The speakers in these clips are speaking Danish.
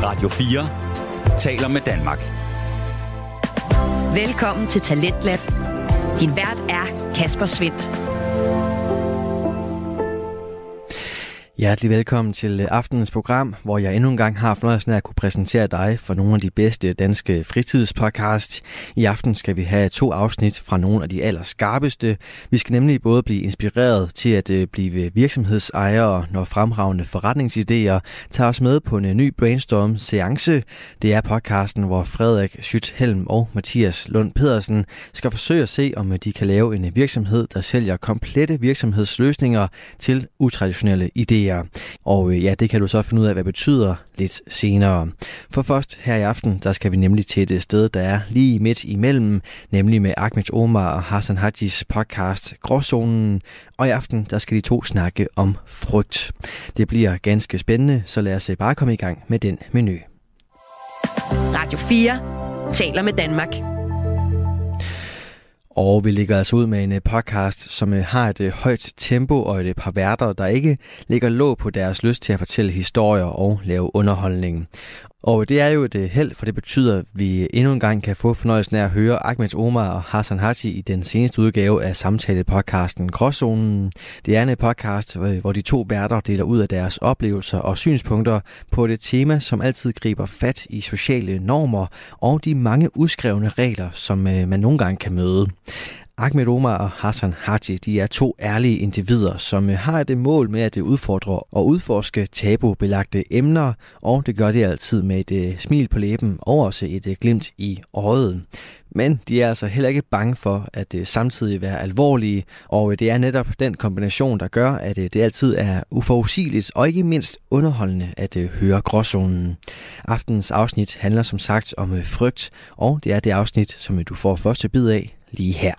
Radio 4 taler med Danmark. Velkommen til Talentlab. Din vært er Kasper Svendt. Hjertelig velkommen til aftenens program, hvor jeg endnu en gang har fornøjelsen af at kunne præsentere dig for nogle af de bedste danske fritidspodcasts. I aften skal vi have 2 afsnit fra nogle af de allerskarpeste. Vi skal nemlig både blive inspireret til at blive virksomhedsejere, når fremragende forretningsidéer tager os med på en ny brainstorm-seance. Det er podcasten, hvor Frederik Schütz-Helm og Mathias Lund Pedersen skal forsøge at se, om de kan lave en virksomhed, der sælger komplette virksomhedsløsninger til utraditionelle idéer. Og ja, det kan du så finde ud af, hvad det betyder lidt senere. For først her i aften, der skal vi nemlig til et sted, der er lige midt imellem, nemlig med Ahmed Omar og Hassan Hajis podcast Gråzonen. Og i aften, der skal de 2 snakke om frygt. Det bliver ganske spændende, så lad os bare komme i gang med den menu. Radio 4 taler med Danmark. Og vi lægger altså ud med en podcast, som har et højt tempo og et par værter, der ikke lægger låg på deres lyst til at fortælle historier og lave underholdning. Og det er jo et held, for det betyder, at vi endnu en gang kan få fornøjelsen af at høre Ahmed Omar og Hassan Haji i den seneste udgave af samtalepodcasten Gråzonen. Det er en podcast, hvor de 2 værter deler ud af deres oplevelser og synspunkter på et tema, som altid griber fat i sociale normer og de mange uskrevne regler, som man nogle gange kan møde. Ahmed Omar og Hassan Haji, de er 2 ærlige individer, som har et mål med at udfordre og udforske tabubelagte emner, og det gør de altid med et smil på læben og også et glimt i øjet. Men de er altså heller ikke bange for at samtidig være alvorlige, og det er netop den kombination, der gør, at det altid er uforudsigeligt og ikke mindst underholdende at høre Gråzonen. Aftens afsnit handler som sagt om frygt, og det er det afsnit, som du får første bid af lige her.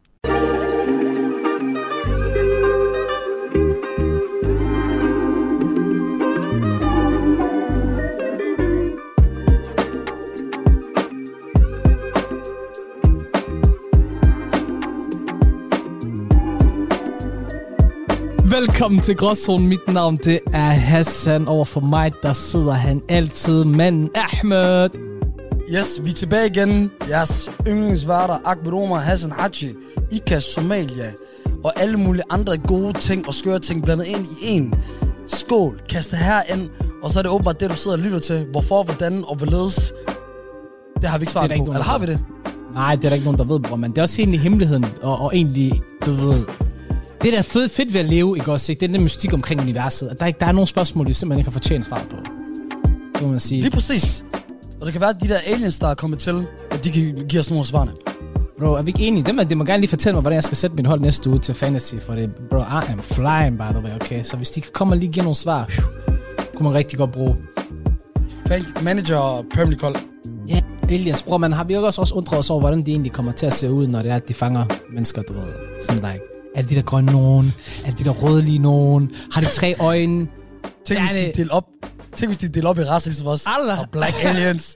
Velkommen til Gråzonen. Mit navn det er Hassan. Over for mig der sidder han altid, manden Ahmed. Yes, vi er tilbage igen. Jeres yndlingsværter Ahmed Omar, Hassan Haji, IKAS Somalia og alle mulige andre gode ting og skøre ting blandet ind i en skål. Kast det her ind, og så er det åbenbart det, du sidder og lytter til. Hvorfor, hvordan og hvorledes. Det har vi ikke svaret på. Eller har vi det? Nej, det er der ikke nogen, der ved, bror. Men det er også egentlig hemmeligheden, og egentlig, du ved... Det der er fedt ved at leve, ikke også? Ikke? Det er den mystik omkring universet. At der er nogle spørgsmål, vi simpelthen ikke har fortjent svar på. Det må man sige. Lige præcis. Og det kan være, at de der aliens, der er kommet til, at de kan give os nogle af svarene. Bro, er vi ikke enige? Det må gerne lige fortælle mig, hvordan jeg skal sætte mit hold næste uge til Fantasy. For det, bro, I am flying, by the way, okay? Så hvis de kan komme og lige give nogle svar, kunne man rigtig godt bruge. Manager og Premier League hold. Ja, aliens, bror, man har vi også undret os over, hvordan de egentlig kommer til at se ud, når det er, at de fanger mennesker, du ved. Sådan der, ikke? Er de der grønne nogen? Er de der rødlige nogen? Har de 3 øjne? Tænk, hvis de deler op. Tænk, hvis de deler op i racer, ligesom os. Allah. Og black aliens.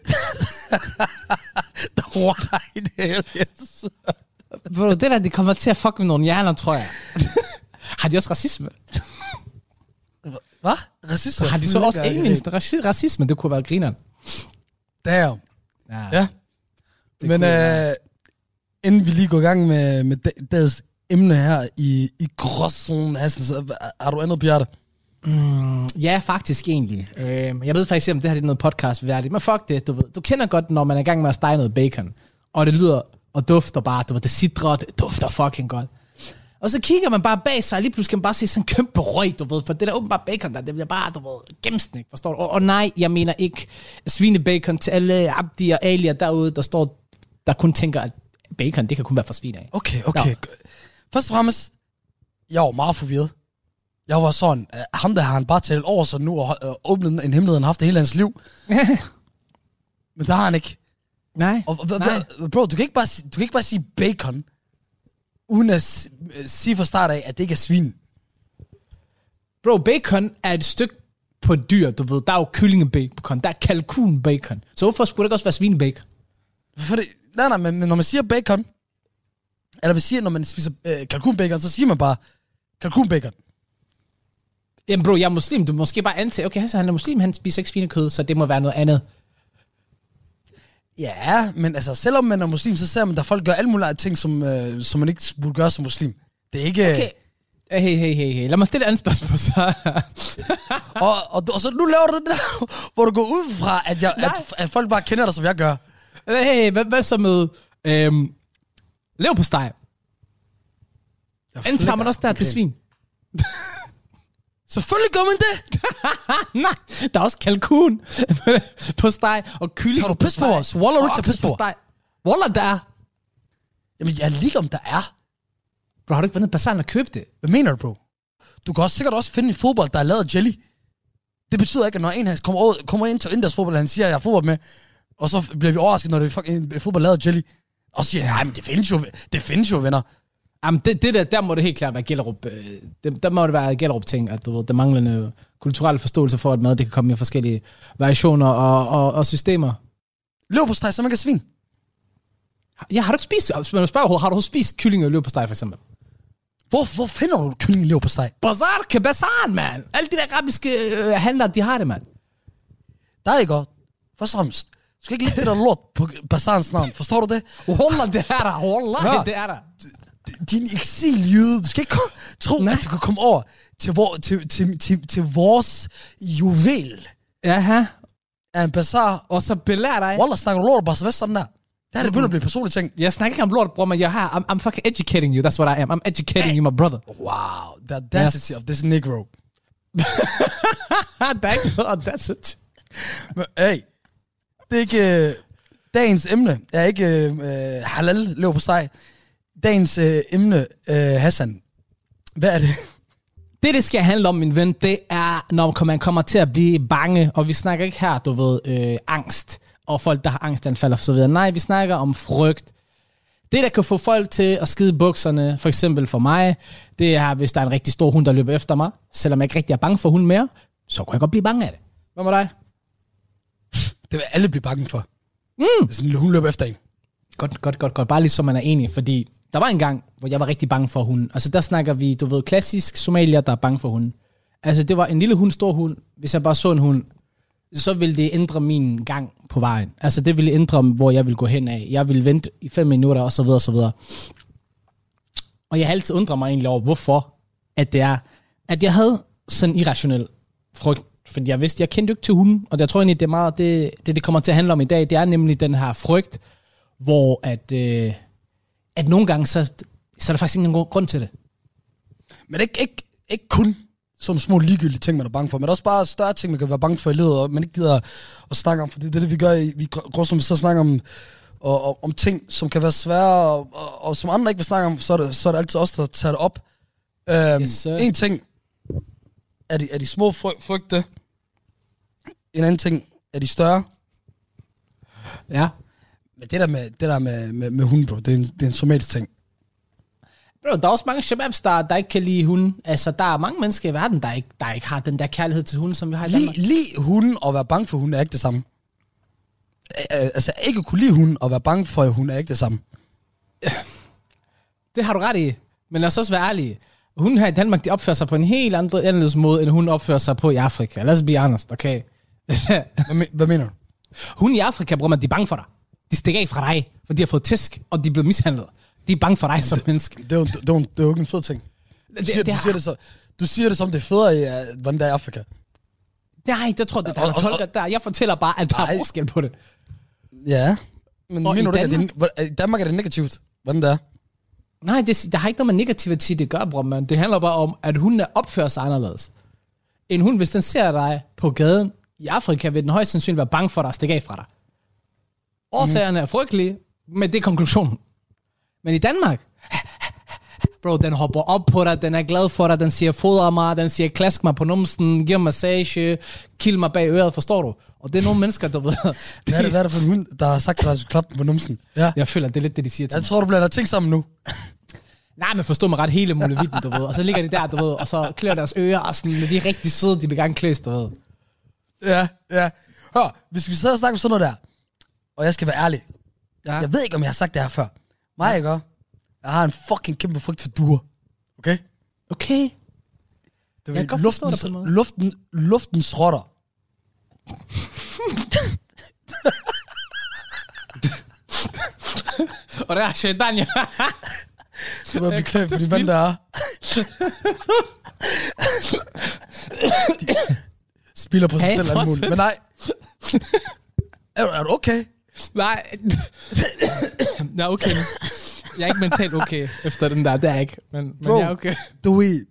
The white aliens. Bro, det der, de kommer til at fuck med nogle hjerner, tror jeg. Har de også racisme? Hvad? Racisme? Har de så også aliens? Racisme, det kunne være grineren. Damn. Ja. Men inden vi lige går i gang med dagens emne her i Gråzonen, Hassan, så har du andet på hjertet? Ja, faktisk egentlig. Jeg ved faktisk ikke, om det her er noget podcast-værdigt, men fuck det, du ved. Du kender godt, når man er i gang med at stege noget bacon, og det lyder og dufter bare, du ved, det sidrer, det dufter fucking godt. Og så kigger man bare bag sig, og lige pludselig kan man bare se sådan en kæmpe røg, du ved, for det der åbenbart bacon der, det bliver bare, du ved, gennemsnit, forstår du? Og nej, jeg mener ikke svinebacon til alle abdi og alier derude, der kun tænker, at bacon, det kan kun være for svin af. Okay. Først og fremmest, jeg var meget forvirret. Jeg var sådan, ham der har han bare talt over sig nu og åbnet en hemmelighed, han har haft det hele hans liv. Men der har han ikke. Nej. Bro, du kan ikke bare sige bacon, uden at sige fra start af, at det ikke er svin. Bro, bacon er et stykke på et dyr, du ved. Der er jo kyllingebacon, der er kalkunbacon. Så hvorfor skulle det ikke også være svinebacon? Nej, men når man siger bacon, eller man siger, når man spiser kalkunbacon, så siger man bare kalkunbacon. Jamen bro, jeg er muslim. Du måske bare antage, okay, han er muslim, han spiser ikke svinekød, så det må være noget andet. Ja, men altså, selvom man er muslim, så ser man, at folk gør alle mulige ting, som man ikke burde gøre som muslim. Det er ikke... Okay. Hey. Lad mig stille et andet spørgsmål, så. og så nu laver du det der, hvor du går ud fra, at folk bare kender dig, som jeg gør. Hey, hvad så med leverpostej? Antager man også der til svin? Selvfølgelig gør man det. Nej, der er også kalkun på steg og kylling. Tager du pis på os? Wallah, du ikke tager pis på os? Wallah, der er. Jamen, jeg er lige om der er. Bro, har du ikke været nede i bazaren og købt det? Hvad mener du, bro? Du kan også sikkert også finde en fodbold, der er lavet af jelly. Det betyder ikke, at når en her kommer ind til Inders fodbold, han siger, at jeg har fodbold med, og så bliver vi overrasket, når det er en fodbold lavet af jelly, og så siger nej, men det findes jo, venner. Jamen, der må det helt klart være Gellerup. Der må det være Gellerup-ting, at du ved, der manglende kulturelle forståelse for, at mad det kan komme i forskellige variationer og systemer. Leverpostej, som man kan svin. Ja, har du ikke spist, har du spist kylling og leverpostej, for eksempel? Hvor finder du kylling og leverpostej? Bazar, mand. Alle de der arabiske handlere, de har det, mand. Der er ikke godt. Først og fremmest. Du skal ikke lægge det der lort på bazarens navn. Forstår du det? Wallah, det er der. Wallah, det er der. Din eksiljude. Du skal ikke tro, at du kan komme over til vores juvel. Jaha. Af en bazar. Og så belærer dig. Wallah, snakker du lort, bare så sådan der. Det her, det begynder at blive personlige ting. Jeg snakker ikke om lort, bror, men I'm fucking educating you. That's what I am. I'm educating you, my brother. Wow. The audacity of this negro. That's it. Men, hey. Det er ikke... dagens emne er ikke halal leverpostej. Dagens emne, Hassan. Hvad er det? Det skal handle om, min ven, det er, når man kommer til at blive bange. Og vi snakker ikke her, du ved, angst. Og folk, der har angstanfald og så videre. Nej, vi snakker om frygt. Det, der kan få folk til at skide bukserne, for eksempel for mig, det er, hvis der er en rigtig stor hund, der løber efter mig. Selvom jeg ikke rigtig er bange for hund mere, så kan jeg godt blive bange af det. Hvad med dig? Det vil alle blive bange for. Hvis en lille hund løber efter en. Godt. Bare lige så man er enig, fordi der var en gang, hvor jeg var rigtig bange for hunden. Altså der snakker vi, du ved, klassisk somalier, der er bange for hunden. Altså det var en lille hund, stor hund. Hvis jeg bare så en hund, så ville det ændre min gang på vejen. Altså det ville ændre, hvor jeg ville gå hen af. Jeg ville vente i 5 minutter, og så videre, og så videre. Og jeg har altid undret mig egentlig over, hvorfor at det er, at jeg havde sådan en irrationel frygt. Fordi jeg vidste, jeg kendte jo ikke til hunden, og jeg tror egentlig, det er meget det kommer til at handle om i dag. Det er nemlig den her frygt, hvor at nogle gange, så er der faktisk ingen grund til det. Men ikke kun sådan små ligegyldige ting, man er bange for, men også bare større ting, man kan være bange for i livet, og man ikke gider at snakke om, for det er det, vi gør. Vi går som vi så snakker om, om ting, som kan være svære, og som andre ikke vil snakke om, så er det altid os, der tager det op. En ting er de små frygte, en anden ting er de større. Ja. Men det der med hunden, bro, det er en somalisk ting. Bro, der er også mange shababs, der ikke kan lide hunden. Altså, der er mange mennesker i verden, der ikke har den der kærlighed til hunden, som vi har i Danmark. Lide hunden og være bange for hunden er ikke det samme. Altså, ikke kunne lide hunden og være bange for hunden er ikke det samme. Det har du ret i. Men lad os også være ærlige. Hunden her i Danmark, de opfører sig på en helt anderledes måde, end hunden opfører sig på i Afrika. Lad os be honest, okay? Hvad mener du? Hunden i Afrika, bror man, de er bange for dig. De stikker af fra dig, for de har fået tæsk, og de er blevet mishandlet. De er bange for dig som menneske. Det er jo ikke en fed ting. Du siger det som det er federe, hvordan det er i Afrika. Nej, det tror jeg, der tolker der. Jeg fortæller bare, at der er forskel på det. Ja, men mener du ikke, at i Danmark er det negativt, hvordan det er? Nej, der har ikke noget med negativitet, det gør, bror, man. Det handler bare om, at hunden opfører sig anderledes. En hund, hvis den ser dig på gaden i Afrika, vil den højst sandsynligt være bange for dig og stikke af fra dig. Årsagerne er frygtelige, men det er konklusionen. Men i Danmark, bro, den hopper op på dig, den er glad for dig, den siger fodre mig, den siger klask mig på numsen, giver massage, kill mig bag øret, forstår du? Og det er nogle mennesker, der ved... Hvad er det for en hund, der har sagt til dig, at du skal klappe den på numsen? Ja. Jeg føler, det er lidt det, de siger til mig. Jeg tror, du blander ting sammen nu. Nej, men forstå mig ret, hele muligheden, du ved. Og så ligger de der, du ved, og så klør deres ører, og sådan, de er rigtig søde, de vil gerne klæs, du ved. Ja. Hør, hvis vi sidder og snakker om sådan noget der, og jeg skal være ærlig, jeg ved ikke, om jeg har sagt det her før. Mig, ikke? Jeg har en fucking kæmpe frygt for duer. Okay? Du Jeg ved, kan godt forstå det på en måde. luftens rotter. Og der er Shedania. Så må jeg blive klædt, fordi hvad der er. Spiller på sig selv alt muligt. Men nej. Er du okay? Nej. Nej, okay. Jeg er ikke mentalt okay efter den der. Det er jeg ikke. Men Bro, jeg er okay. Du ved.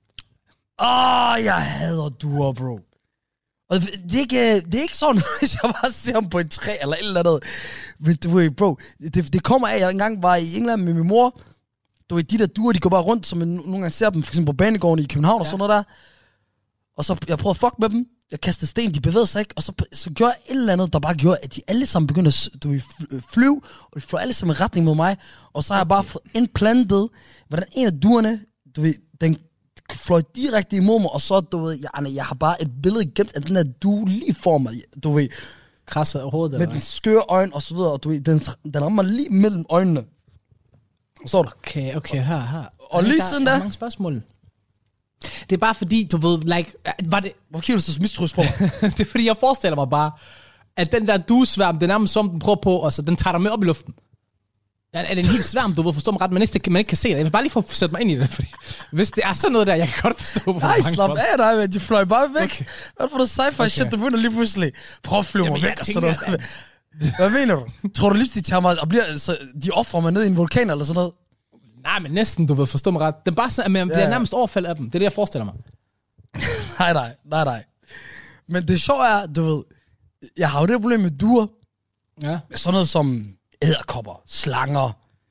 Jeg hader duer, bro. Og det er ikke sådan, hvis jeg bare ser ham på et træ eller et eller andet. Men du ved, bro, det kommer af, jeg engang var i England med min mor. Du ved, de der duer, de går bare rundt, som jeg nogle gange ser dem, for eksempel på banegården i København og sådan noget der. Og så jeg prøvede at fuck med dem. Jeg kastede sten, de bevægede sig ikke. Og så gjorde jeg et eller andet, der bare gjorde, at de alle sammen begyndte at flyve. Og de fløj alle sammen i retning mod mig. Og så har jeg bare fået indplantet, hvordan en af duerne, du ved, den fløj direkte imod mig. Og så, du ved, jeg har bare et billede gemt af den der due lige for mig. Du ved, Krasser overhovedet. med den skøre øjne og så videre. Og du ved, den rammer lige mellem øjnene. Så du. Okay, her. Og lige siden der da. er mange spørgsmål. Det er bare fordi, du ved, var det... Hvorfor kigger du så mistrøst på mig? Det er fordi, jeg forestiller mig bare, at den der duesværm, det er nærmest som den prøver på, og så den tager dig med op i luften. Er det en helt sværm, du ved, forstå mig ret, man ikke kan se det. Jeg vil bare lige få sætte mig ind i det, fordi hvis det er sådan noget der, jeg kan godt forstå, hvorfor Nej, slap af dig, men de fløj bare væk. Okay. Hvad for noget sci-fi shit, du begynder lige pludselig. Prøv at flyve mig væk og sådan noget. Jeg Hvad mener du? Tror du lige, de tager mig og bliver, så de offrer mig ned i en vulkan eller sådan noget? Nej, men næsten, du ved, forstå mig ret. Det er bare sådan, at man bliver nærmest overfaldet af dem. Det er det, jeg forestiller mig. Nej. Men det sjove er, du ved, jeg har jo det problem med duer. Ja. Sådan noget som edderkopper, slanger,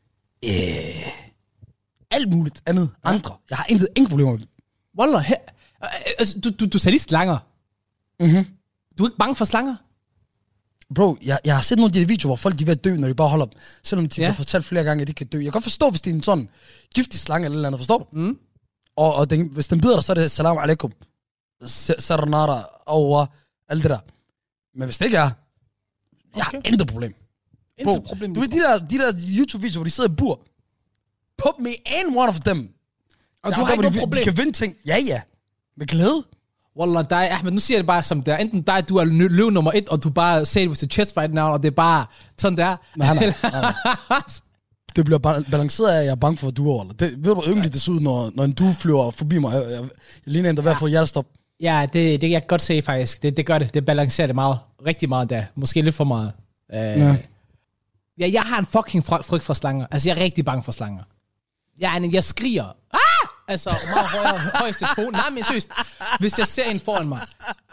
alt muligt andet, andre. Jeg har ingen problemer med dem. Wallah, altså, du sagde lige slanger. Mhm. Du er ikke bange for slanger? Bro, jeg har set nogle af de her videoer, hvor folk de er ved at dø, når de bare holder dem. Selvom de har fortalt flere gange, at de kan dø. Jeg kan godt forstå, hvis det er en sådan giftig slange eller andet, forstår du? Mm. Og hvis den bider dig, så er det salam alaikum. Saranara, over alt det der. Men hvis det ikke er, jeg har intet problem. Intet problem. Du ved, de der YouTube-videoer, hvor de sidder i bur. Put me in one of them. Og du har ikke noget problem. De kan vinde ting. Ja. Med glæde. Wallah, dig, Ahmed, nu siger jeg det bare som det er. Enten dig, du er løv nummer 1, og du bare say it with the chest right now, og det er bare sådan der. Nej. Det bliver balanceret af, at jeg er bange for duer. Det ved du yndeligt det ser ud, når en due flyver forbi mig. Jeg ligner en, der er ved at få hjertestop. Ja, det jeg kan godt se faktisk. Det gør det. Det balancerer det meget. Rigtig meget da. Måske lidt for meget. Ja, jeg har en fucking frygt for slanger. Altså, jeg er rigtig bange for slanger. Jeg skriger. Altså, meget højeste tone. Nej, men seriøst. Hvis jeg ser en foran mig.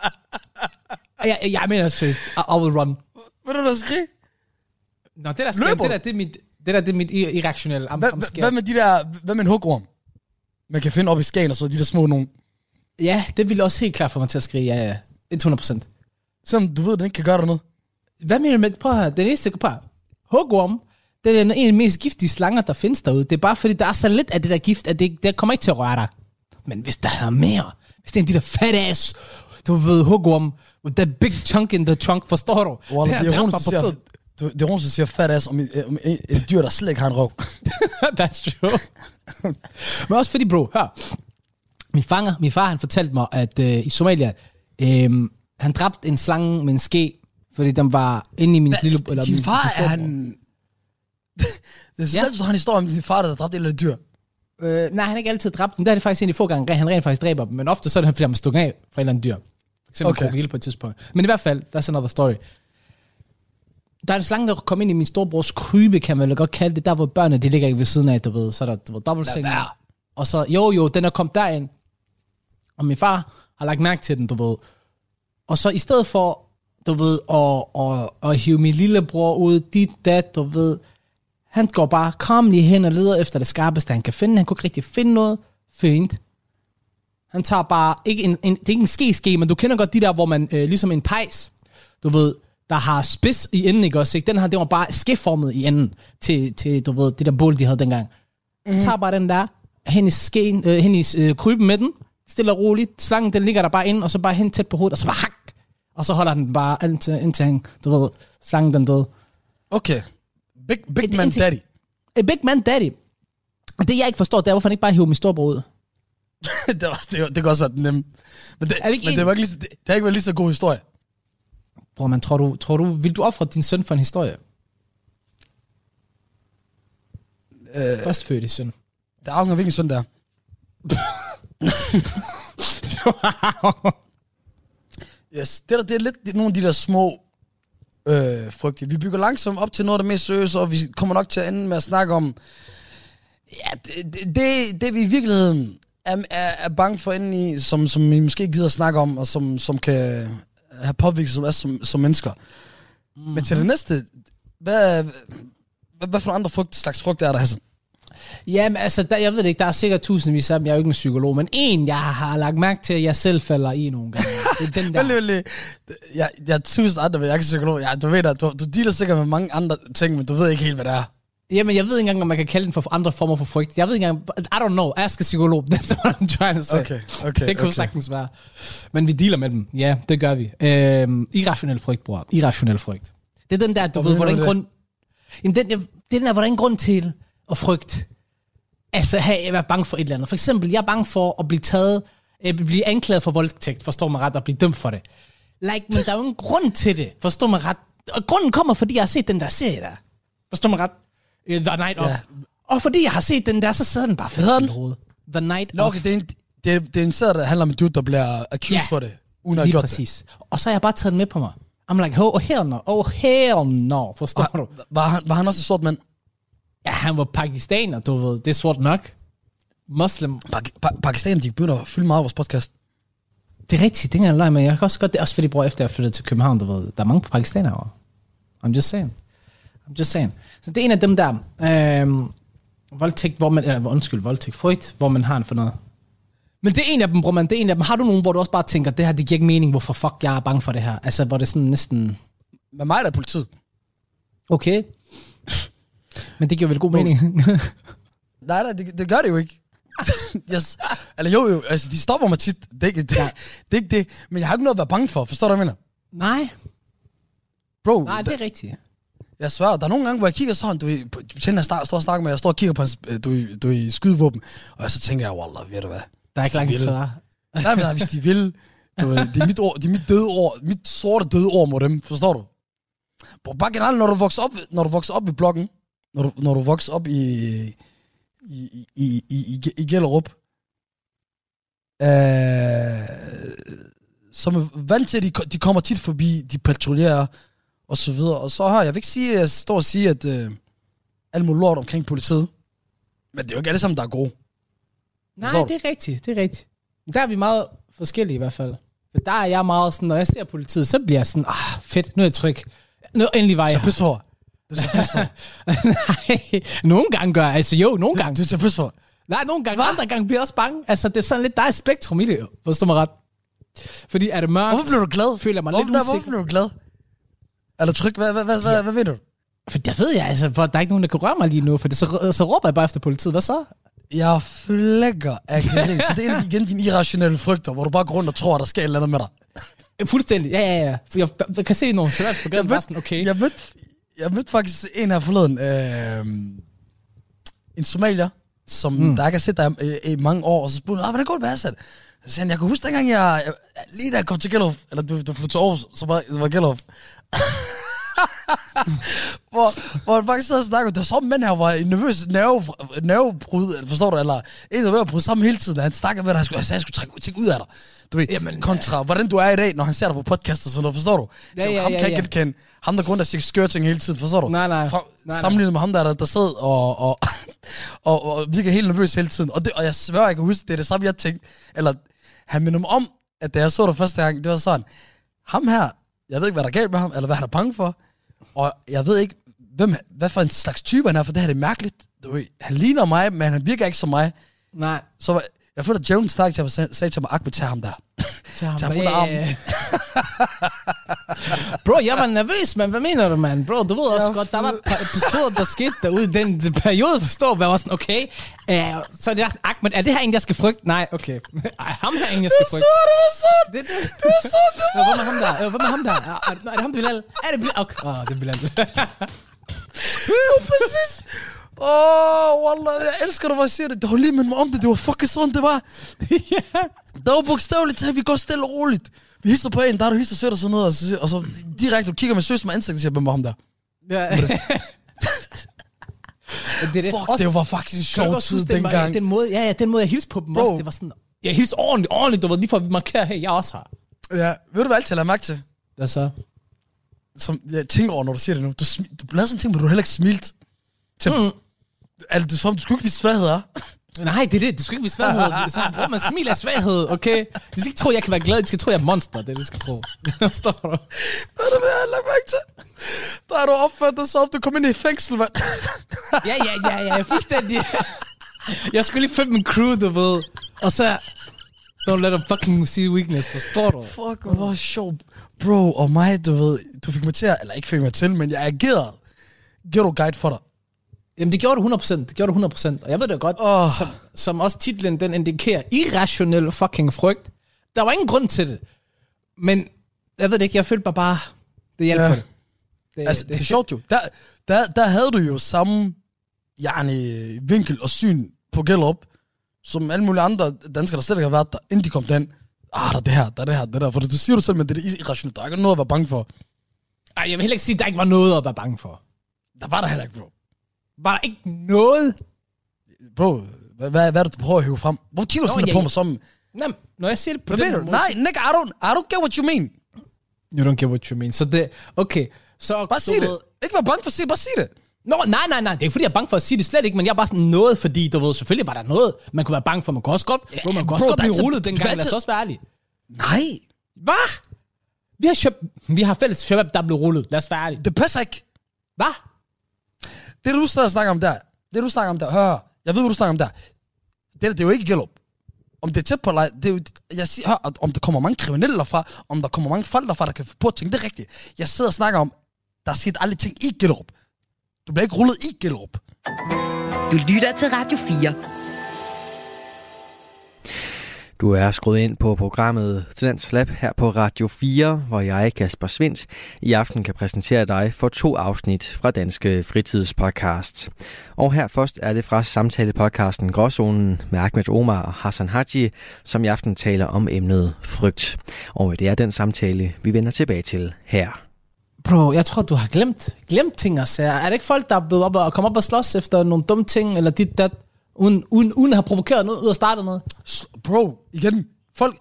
Jeg mener seriøst. I will run. Hvad er der skrige? Nå, det der sker, det er mit irrationelle. Hvad med en hugorm? Man kan finde op i Skagen, og så de der små nogen. Ja, det vil også helt klart få mig til at skrige. Ja. 100%. Selvom du ved, at den ikke kan gøre dig noget. Hvad mener du med? Prøv at høre. Den eneste, hugorm, det er en af de mest giftige slanger, der findes derude. Det er bare fordi, der er så lidt af det der gift, at det kommer ikke til at røre dig. Men hvis der er mere, hvis det er en de der fat ass, du ved, hugorm, with that big chunk in the trunk, forstår du? Wallah, det er rundt, der siger fat ass om et dyr, der slet ikke har en røv. That's true. Men også fordi, bro, hør. Min far, han fortalte mig, at i Somalia, han dræbte en slange med en ske, fordi den var inde i min lille... Din far er han... Det er selv, du har en historie om din far, der dræbte et eller andet dyr. Nej, han har ikke altid dræbt dem. Der er det faktisk en i få gange. Han rent faktisk dræber dem. Men ofte så er det, fordi han stukket af fra et eller andet dyr. For eksempel krokodil på et tidspunkt. Men i hvert fald, that's another story. Der er en slange, der kom ind i min storebrors krybe, kan man vel godt kalde det. Der hvor børnene, de ligger ikke ved siden af, du ved. Så er der dobbeltseng. Og så, jo, den er kommet derind. Og min far har lagt mærke til den, du ved. Og så i stedet for, du ved, at hive min lillebror ud, du ved, han går bare calmly hen og leder efter det skarpeste, han kan finde. Han kunne ikke rigtig finde noget. Fint. Han tager bare, ikke det er ikke en ske, men du kender godt de der, hvor man, ligesom en pejs, du ved, der har spids i enden, ikke også? Ikke? Den her, det var bare skeformet i enden, til du ved, det der bål, de havde dengang. Han tager bare den der, hen i kryben med den, stille og roligt. Slangen, den ligger der bare inde, og så bare hen tæt på hovedet, og så bare hak! Og så holder den bare indtil han, du ved, slangen den døde. Okay. Big man daddy. A big man daddy. Det jeg ikke forstår, det er, hvorfor han ikke bare hiver min storebror ud. det kan også være den nemme. Men det har ikke været lige så god historie. Bror, man, tror du, vil du ofre din søn for en historie? Førstfødt i søn. Der afhænger hvilken søn det er. Yes, det er lidt nogle af de der små frygter. Vi bygger langsomt op til noget af det mest seriøse, og vi kommer nok til at ende med at snakke om, ja, det vi i virkeligheden er bange for inde i, som vi måske ikke gider at snakke om, og som kan have påvirket som mennesker. Mm-hmm. Men til det næste, hvad for andre slags frygter er der, Hassan? Jamen, altså, jeg ved det ikke, der er sikkert tusindvis af dem, jeg er jo ikke en psykolog, men en, jeg har lagt mærke til, at jeg selv falder i nogle gange. Det er den der. Jeg er tusind andre, men jeg er ikke psykolog. Ja, du ved da, du dealer sikkert med mange andre ting, men du ved ikke helt, hvad det er. Jamen, jeg ved ikke engang, om man kan kalde den for andre former for frygt. Jeg ved ikke engang, I don't know, ask a psykolog, that's what I'm trying to say. Okay. Det kunne sagtens være. Men vi dealer med dem, ja, det gør vi. Irrationel frygt, bror. Irrationel frygt. Det er den der, du ved, hvor der er en grund. Jamen, det er den der, hvor der er en grund til at frygte. Altså, være bange for et eller andet. For eksempel, jeg er bange for at blive anklaget for voldtægt, forstår mig ret, og blive dømt for det. Men der er jo en grund til det, forstår mig ret. Og grunden kommer, fordi jeg har set den der serie der. Forstår mig ret? The Night Of. Og fordi jeg har set den der, så sidder den bare fast i hovedet. The Night Of. Okay, det er en serie, der handler om en dude, der bliver accused for det, uden at have gjort præcis. Det. Og så har jeg bare taget den med på mig. I'm like, hell no, forstår du? Var han også en sort mand? Ja, han var pakistaner, du ved. Det er sort nok. Muslim. Pakistan, de begynder at fylde meget af vores podcast. Det er rigtigt, det er ikke en men jeg kan også godt, det er også fordi, bror, efter jeg flyttede til København, du ved, der er mange pakistanere over. I'm just saying. Så det er en af dem der, voldtægt, voldtægt, frygt, hvor man har en for noget. Men det er en af dem, bror, man, det er en af dem. Har du nogen, hvor du også bare tænker, det her, det giver ikke mening, hvorfor fuck jeg er bange for det her? Altså, hvor det sådan næsten... Med mig, der er politiet. Okay. Men det giver vel god mening? Nej, det gør det jo ikke. Yes. Eller jo, altså de stopper mig tit. Det er ikke det. Men jeg har ikke noget at være bange for. Forstår du, hvad jeg mener? Nej. Bro. Nej, det er rigtigt. Jeg svær, der er nogle gange, hvor jeg kigger sådan, jeg står og snakker med, jeg står og kigger på hans, du i skydevåben, og så tænker jeg, wallah, ved du hvad? Der er ikke langt for dig. Nej, hvis de vil. Det er mit ord, det er mit døde ord, mit sorte døde ord mod dem, forstår du? Bro, bare generelt, når du vokser op i blokken, når du vokser op i Gellerup, som er vant til, at de kommer tit forbi, de patruljerer, og så videre. Og så har jeg vil ikke sige, at jeg står og siger, at alt muligt lort omkring politiet, men det er jo ikke alle sammen, der er gode. Nej, det er rigtigt. Der er vi meget forskellige i hvert fald. For der er jeg meget sådan, når jeg ser politiet, så bliver jeg sådan, fedt, nu er jeg tryg. Nu endelig var jeg. Så pis for. Nej, nogle gange gør jeg, altså jo, nogle gange. Du tager pis for. Nej, nogle gange, andre gange bliver jeg også bange. Altså, det er sådan lidt, der er spektrum i det, forstår mig ret. Fordi er det mørkt, hvorfor bliver du glad? Føler mig lidt usikker. Hvorfor bliver du glad? Eller tryg? Hvad ved du? For jeg ved altså, for der er ikke nogen, der kan røre mig lige nu, for det, så råber jeg bare efter politiet. Hvad så? Jeg flækker af grin. Så det er igen dine irrationelle frygter, hvor du bare går rundt og tror, at der skal et eller andet med dig. Fuldstændig, ja. For jeg kan se nogle journalister på gaden, bare sådan, okay. Jeg mødte faktisk en her forleden, en somalier, som der ikke har set der i mange år, og så spurgte han, hvordan går det med Assad? Så sagde han, jeg kan huske dengang, jeg lige da jeg kom til Gellerup, eller du flyttede til Aarhus, så var Gellerup. hvor han faktisk sad og snakkede, der var sådan en mand her, var en nervøs nervebrud, forstår du, eller en, der var brud sammen hele tiden, han snakkede med dig, han sagde, jeg skulle trække ting ud af dig. Du ved, jamen, kontra, hvordan du er i dag, når han ser dig på podcast og sådan noget, forstår du? Ja, ham kan ikke genkende, ham der grund af siger skøre ting hele tiden, forstår du? Nej. Sammenlignet med ham der sad og virker helt nervøs hele tiden, og jeg svær, jeg kan huske, det er det samme, jeg tænkte, eller han minder mig om, at da jeg så dig første gang, det var sådan, ham her, jeg ved ikke, hvad der er galt med ham, eller hvad han er bange for, og jeg ved ikke, hvad for en slags type han er, for det her det er mærkeligt. Du ved, han ligner mig, men han virker ikke som mig. Nej. Så jeg følte, at Jones snakkede til mig og sagde til mig, Ahmed, tag ham der. Tag ham under armen. Bro, jeg var nervøs, men hvad mener du, man? Bro, du ved også godt, der var et par episoder, der skete derude i den periode, forstår hvad var sådan, okay, så er det sådan, Ahmed, er det her en, jeg skal frygte? Nej, okay. Ham her en, jeg skal frygte. Det var så Hvad med ham der? Er det ham, Bilal? Er det Bilal? Okay, det er Bilal. Jo, præcis. Wallah, jeg elsker dig, hvor jeg siger det. Det var lige med mig om det. Det var fucking sådan, det var. Der var bogstaveligt til, at vi går stille og roligt. Vi hilser på en, der er du hilser, sætter sig ned, og så direkte, du kigger med søs med ansigt, og siger, hvem var ham der? Ja. det fuck, det var faktisk en sjov tid dengang. Den måde jeg hilste på dem også, det var sådan, jeg hilste ordentligt, du var lige for at markere, hey, jeg også har. Ja, ved du hvad altid jeg lader mærke til? Hvad så? Som jeg tænker over, når du siger det nu. Du lavede sådan en ting, hvor du heller ikke smilte. Altså, du skulle ikke vise svagheder. Nej, det er det. Det skulle ikke vise svaghed. Man smiler af svaghed, okay? De skal ikke tro, jeg kan være glad. De skal tro, jeg er monster. Det er det, de skal tro. Forstår du? Hvad er det, jeg har lagt mærke til? Der er du opført dig så, du kom ind i fængsel, mand. Ja, fuldstændig. Jeg skulle lige finde min crew, du ved. Og så... Don't let them fucking see weakness, forstår du? Fuck, hvor sjovt. Bro, og mig, du ved, du fik mig til, eller ikke fik mig til, men jeg agerede. Gjorde du guide for dig? Jamen, det gjorde du 100%. Det gjorde du 100%. Og jeg ved det godt, som også titlen, den indikerer irrationel fucking frygt. Der var ingen grund til det. Men, jeg ved det ikke, jeg følte mig bare, det hjalp på det. Det er sjovt jo. Der havde du jo samme vinkel og syn på Gellerup, som alle mulige andre danskere, der slet ikke har været der, inden de kom den. Der er det her, der er det her, det der. For du siger du selv, men det er irrationelt. Der er ikke noget at være bange for. Ej, jeg vil heller ikke sige, at der ikke var noget at være bange for. Der var der heller ikke, bro. Var der ikke noget? Bro, hvad er det, du prøver at hive frem? Hvor kigger du sådan på mig som... Nej, når jeg siger det på den måde... Nej, nigga, I don't get what you mean. You don't get what you mean. Så det... Okay, så... Bare sig det. Ikke være bange for at sige, bare sig det. Nej. Det er ikke fordi, jeg er bange for at sige det slet ikke, men jeg er bare sådan noget, fordi du ved, selvfølgelig var der noget, man kunne være bange for. Man kunne også godt, man kunne også godt blive rullet dengang, lad os også være ærlige. Nej. Hvad? Vi har fælles shabab, der blev rullet. Lad os være ærlige. Det passer ikke. Hvad? Det du snakker om der. Hør. Jeg ved, hvad du snakker om der. Det er jo ikke Gellerup. Om det er tæt på dig, det er jo, jeg siger, hør, om der kommer mange kriminelle derfra, om der kommer mange folk derfra, der kan få på at tænke, det er rigtigt. Jeg sidder og snakker om, der er sket alle ting i Gellerup. Du bliver ikke rullet i Gellerup. Du lytter til Radio 4. Du er skruet ind på programmet Talents Lab her på Radio 4, hvor jeg, Kasper Svindt, i aften kan præsentere dig for 2 afsnit fra Danske Fritidspodcast. Og her først er det fra samtalepodcasten Gråzonen med Ahmed Omar og Hassan Haji, som i aften taler om emnet frygt. Og det er den samtale, vi vender tilbage til her. Bro, jeg tror, du har glemt ting at sige. Er det ikke folk, der er blevet op og kommet op og slås efter nogle dumme ting, eller dit, dat, uden at have provokeret noget, ud og startet noget? Bro, igen, folk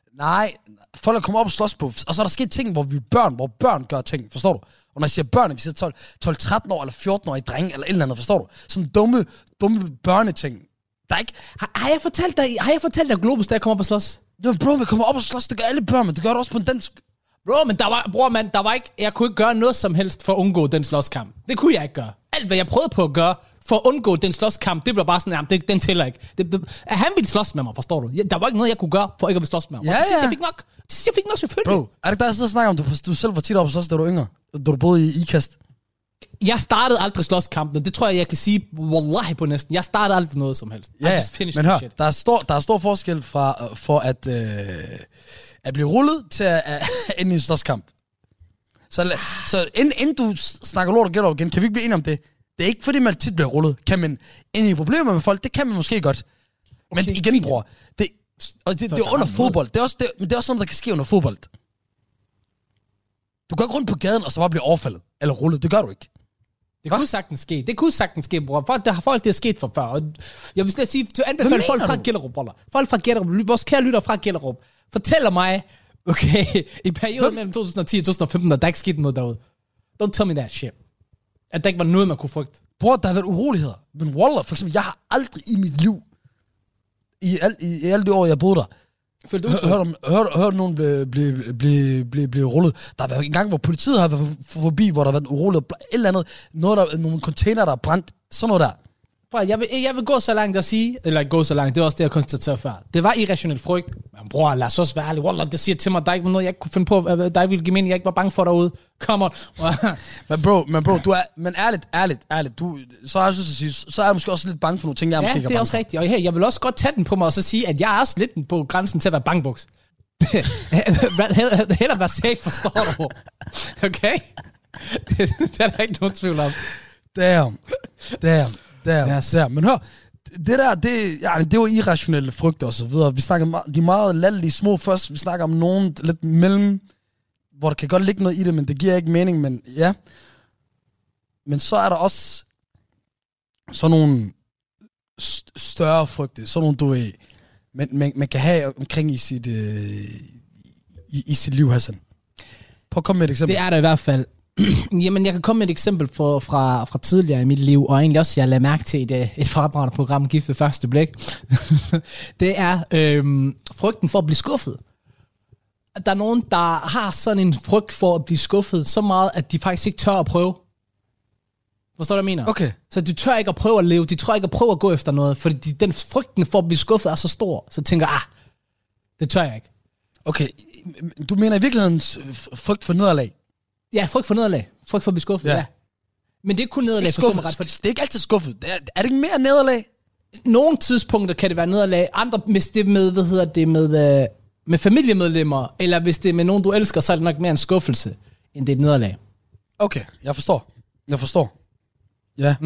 er kommet op og slås på, og så er der sket ting, hvor børn gør ting, forstår du? Og når jeg siger børn, vi siger 12-13 år, eller 14 år i drenge, eller et eller andet, forstår du? Sådan dumme børneting. Der er ikke... Har jeg fortalt dig Globus, da jeg kom op og slås? Ja, bro, vi kommer op og slås, det gør alle børn, men det gør det også på en dansk... Bro, men der var ikke... Jeg kunne ikke gøre noget som helst for at undgå den slåskamp. Det kunne jeg ikke gøre. Alt, hvad jeg prøvede på at gøre for at undgå den slåskamp, det blev bare sådan, jamen, den tæller ikke. Han ville slås med mig, forstår du? Der var ikke noget, jeg kunne gøre for ikke at ville slås med ham. Ja, og til sidst, jeg fik nok selvfølgelig. Bro, er det der, jeg sidder og snakker om, du selv var tit op og slås, da du var yngre? Da du boede i IKAST? Jeg startede aldrig slåskampen. Det tror jeg kan sige, wallahi på næsten. Jeg startede aldrig noget som helst. Ja, men hør, der er stor forskel for at blive rullet til at ende i en slåskamp. Så inden du snakker lort og gælder igen, kan vi ikke blive enige om det? Det er ikke fordi, man tit bliver rullet. Kan man ind i problemer med folk? Det kan man måske godt. Men okay, igen, bror. Det er under fodbold. Det er også sådan, der kan ske under fodbold. Du går ikke rundt på gaden, og så bare bliver overfaldet. Eller rullet. Det gør du ikke. Det kunne sagtens ske, bror. Folk, det er sket for før. Og jeg vil slet sige, til at anbefale folk fra Gellerup, bror. Folk fra Gellerup, vores kære lytter fra Gellerup, fortæller mig, okay, i perioden mellem 2010 og 2015, der ikke skete noget derude. Don't tell me that shit. At der ikke var noget, man kunne frygte. Bror, der har været uroligheder. Men wallah, for eksempel, jeg har aldrig i mit liv, i alle de år, jeg boede der, hørt nogen blive rullet. Der har været en gang, hvor politiet har været forbi, hvor der har været uroligheder. Et eller andet, nogle container, der er brændt. Sådan noget der. Bror, jeg vil gå så langt at sige, eller ikke gå så langt, det er også det, jeg konstaterede før. Det var irrationel frygt. Men bror, lad os også være ærlig. Wallah, det siger til mig, der er ikke noget, jeg ikke kunne finde på, der ikke ville give mening, jeg ikke var bange for derude. Come on. men bro, du er, men ærligt, du, så er jeg måske også lidt bange for nogle ting, jeg måske ikke er bange for. Ja, det er også rigtigt. Og hey, jeg vil også godt tage den på mig og så sige, at jeg er også lidt på grænsen til at være bangbuks. Hellere være safe, forstår du. Okay? Det er der ikke nogen tvivl om. Damn. der. Men hør, det der, det var irrationelle frygter og så videre. Vi snakker om de meget latterlige små først. Vi snakker om nogen lidt mellem, hvor der kan godt ligge noget i det, men det giver ikke mening, men ja. Men så er der også sådan nogle større frygte, sådan nogle, du ved, man kan have omkring i sit, i sit liv, Hassan. Prøv at komme med et eksempel. Det er der i hvert fald. Jamen, jeg kan komme med et eksempel fra tidligere i mit liv, og egentlig også, jeg lagde mærke til et fremragende program, Gift ved første blik. Det er frygten for at blive skuffet. Der er nogen, der har sådan en frygt for at blive skuffet så meget, at de faktisk ikke tør at prøve. Forstår du, hvad jeg mener? Okay. Så de tør ikke at prøve at leve, de tør ikke at prøve at gå efter noget, fordi den frygten for at blive skuffet er så stor, så tænker jeg, det tør jeg ikke. Okay, du mener i virkeligheden frygt for nederlag? Ja, frygt for nederlag. Frygt for at blive skuffet, ja. Men det er kun nederlag. Det er ikke altid skuffet. Er det ikke mere nederlag? Nogle tidspunkter kan det være nederlag. Andre, hvis det er med familiemedlemmer, eller hvis det er med nogen, du elsker, så er det nok mere en skuffelse, end det er et nederlag. Okay, jeg forstår. Ja.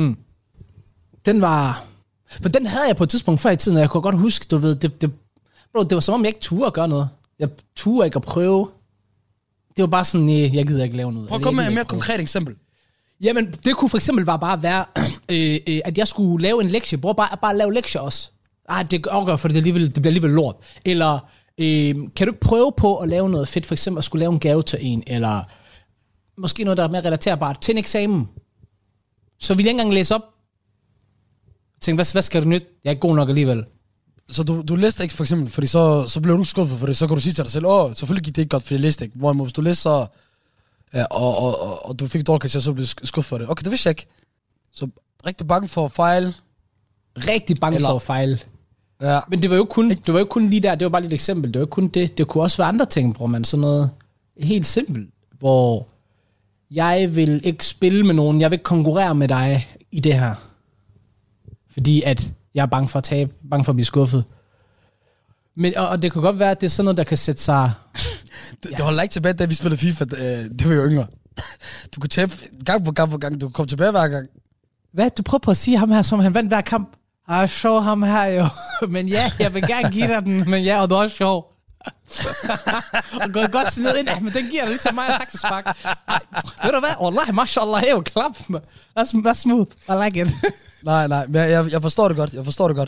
Den havde jeg på et tidspunkt før i tiden, og jeg kunne godt huske, du ved, det var som om, jeg ikke turde at gøre noget. Jeg turde ikke at prøve. Det var bare sådan, jeg gider ikke lave noget. Prøv at komme med et mere konkret eksempel. Jamen, det kunne for eksempel bare være, at jeg skulle lave en lektie. Bare lave lektier også. Det afgør, for det bliver alligevel lort. Eller, kan du ikke prøve på at lave noget fedt? For eksempel at skulle lave en gave til en, eller måske noget, der er mere relaterbart til en eksamen. Så vil jeg ikke engang læse op. Jeg tænkte, hvad skal du nyt? Jeg er ikke god nok alligevel. Så du læste ikke for eksempel, fordi så blev du skuffet for det, så kan du sige til dig selv, selvfølgelig gik det ikke godt, fordi jeg læste ikke. Hvorimod hvis du læste så, ja, og du fik et dårligt karakter, så blev du skuffet for det. Okay, det vidste jeg ikke. Så rigtig bange for at fejle. Rigtig bange for at fejle. Ja. Men det var jo kun lige der, det var bare lidt et eksempel. Det var jo kun det. Det kunne også være andre ting, hvor man sådan noget helt simpelt, hvor jeg vil ikke spille med nogen, jeg vil ikke konkurrere med dig i det her. Fordi at jeg er bange for at tabe, bange for at blive skuffet. Men, og det kan godt være, at det er sådan noget, der kan sætte sig... Det holder ikke tilbage, da vi spillede FIFA. Det var jo yngre. Du kunne tabe gang på gang. Du kunne komme tilbage hver gang. Hvad? Du prøver på at sige ham her, som han vandt hver kamp? Sjov ham her jo. Men ja, jeg vil gerne give dig den. Men ja, og du er også sjov. Og gå godt sådan ned ind. Men den giver dig lidt til mig og saksespark. Ved du hvad? Wallahi, mashallah, det er jo klap. That's smooth. I like it. Nej, men jeg forstår det godt.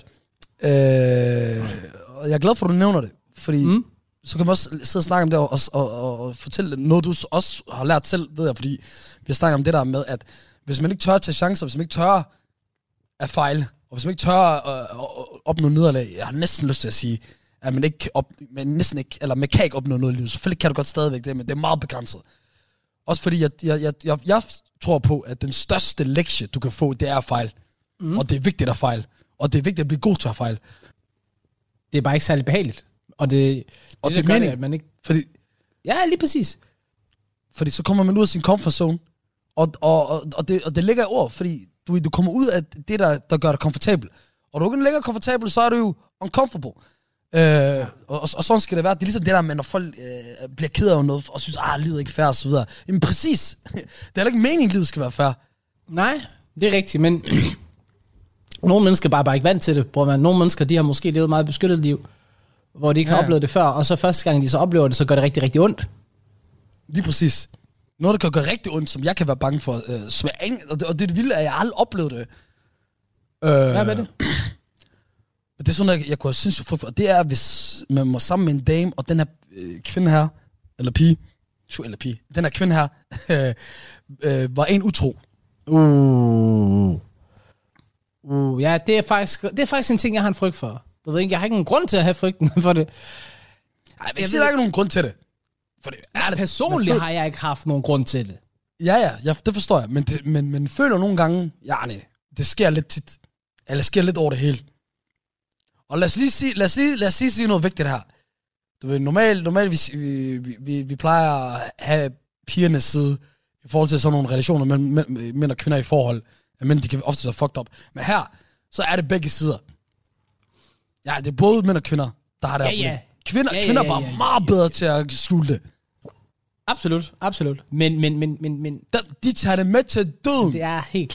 Jeg er glad for, at du nævner det. Fordi så kan man også sidde og snakke om det og fortælle noget, du også har lært selv, ved jeg. Fordi vi har snakket om det der med, at hvis man ikke tør at tage chancer, hvis man ikke tør at fejle, og hvis man ikke tør at opnå nederlag, jeg har næsten lyst til at sige, at man kan ikke opnå noget i livet. Selvfølgelig kan du godt stadigvæk det, men det er meget begrænset. Også fordi jeg tror på, at den største lektie, du kan få, det er at fejle. Og det er vigtigt at fejle. Og det er vigtigt at blive god til at fejle. Det er bare ikke særlig behageligt. Og det gør det, at man ikke... Fordi, ja, lige præcis. Fordi så kommer man ud af sin comfort zone. Og det ligger i ord, fordi du kommer ud af det, der gør dig komfortabel. Og du ikke længere komfortabel, så er du jo uncomfortable. Og sådan skal det være. Det er ligesom det der med, når folk bliver ked af noget, og synes, livet er ikke fair, og så videre. Jamen præcis. Det er heller ikke meningen, at livet skal være fair. Nej, det er rigtigt, men nogle mennesker er bare ikke vant til det, bror man. Nogle mennesker, de har måske levet et meget beskyttet liv, hvor de ikke har oplevet det før, og så første gang, de så oplever det, så gør det rigtig, rigtig ondt. Lige præcis. Noget, der kan gøre rigtig ondt, som jeg kan være bange for, og det vilde er, at jeg aldrig oplevet det. Hvad med det? Det er sådan, jeg kunne have sindssygt frygt for, og det er, hvis man var sammen med en dame, og den her kvinde her, eller pige, den her kvinde her, var en utro. Ja, det er faktisk en ting, jeg har en frygt for. Du ved ikke, jeg har ikke nogen grund til at have frygten for det. Nej, jeg siger, der er ikke nogen grund til det. For det personligt har jeg ikke haft nogen grund til det. Ja, det forstår jeg. Men føler nogle gange, det sker lidt tit. Eller sker lidt over det hele. Og lad os lige sige noget vigtigt her. Du ved, normalt vi plejer at have pigernes side i forhold til sådan nogle relationer mellem mænd og kvinder i forhold. At mænd, de kan ofte være fucked up. Men her, så er det begge sider. Ja, det er både mænd og kvinder, der har det her problem. Kvinder er bare meget bedre til at skjule det. Absolut. Men de tager det med til døden. Det er helt klart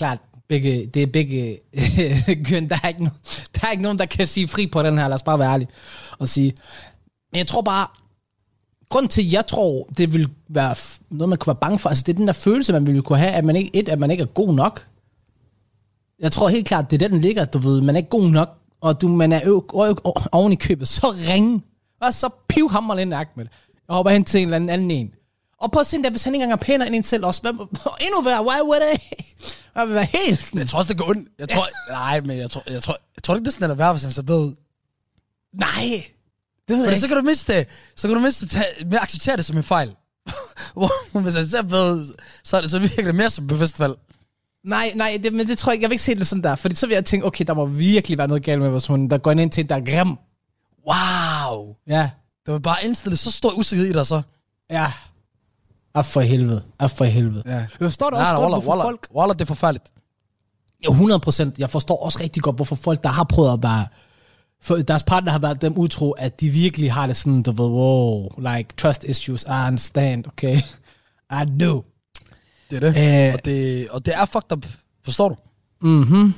det er begge køn. Der er ikke nogen, der kan sige fri på den her. Lad os bare være ærlige og sige. Men jeg tror bare, grunden til, jeg tror, det vil være noget, man kunne være bange for, altså det er den der følelse, man ville kunne have, at man ikke er god nok. Jeg tror helt klart, det er der, den ligger, du ved, man er ikke god nok, og man er oven i købet, så ringe, og så pivhammer ind i Ahmed. Jeg hopper hen til en eller anden en. Og prøv at se, hvis han ikke engang er pænere end en selv også, endnu værre, why would I? Jeg vil være helt sådan. Jeg tror også, det går ondt. Jeg tror ikke, det er sådan, at være, hvis han ser bedre ud. Nej, det ved jeg ikke. Så kan du miste med at acceptere det som en fejl. Hvis han ser bedre ud, så virker det mere som bevidst valg. Nej, men det tror jeg ikke. Jeg vil ikke se det sådan der. Fordi så vil jeg tænke, okay, der må virkelig være noget galt med vores hund, der går ind til en, der er grim. Wow. Ja. Det var bare indstillet så stor usikkerhed i dig så. Ja. For helvede. Ja. Jeg forstår det også godt, hvorfor folk... Wallah, det er forfærdeligt. Jo, 100%. Jeg forstår også rigtig godt, hvorfor folk, der har prøvet at være... For deres partner har været dem utro, at de virkelig har det sådan, du ved, wow, like trust issues, I understand, okay? I do. Det er det. Og det er fucked up. Forstår du? Mhm.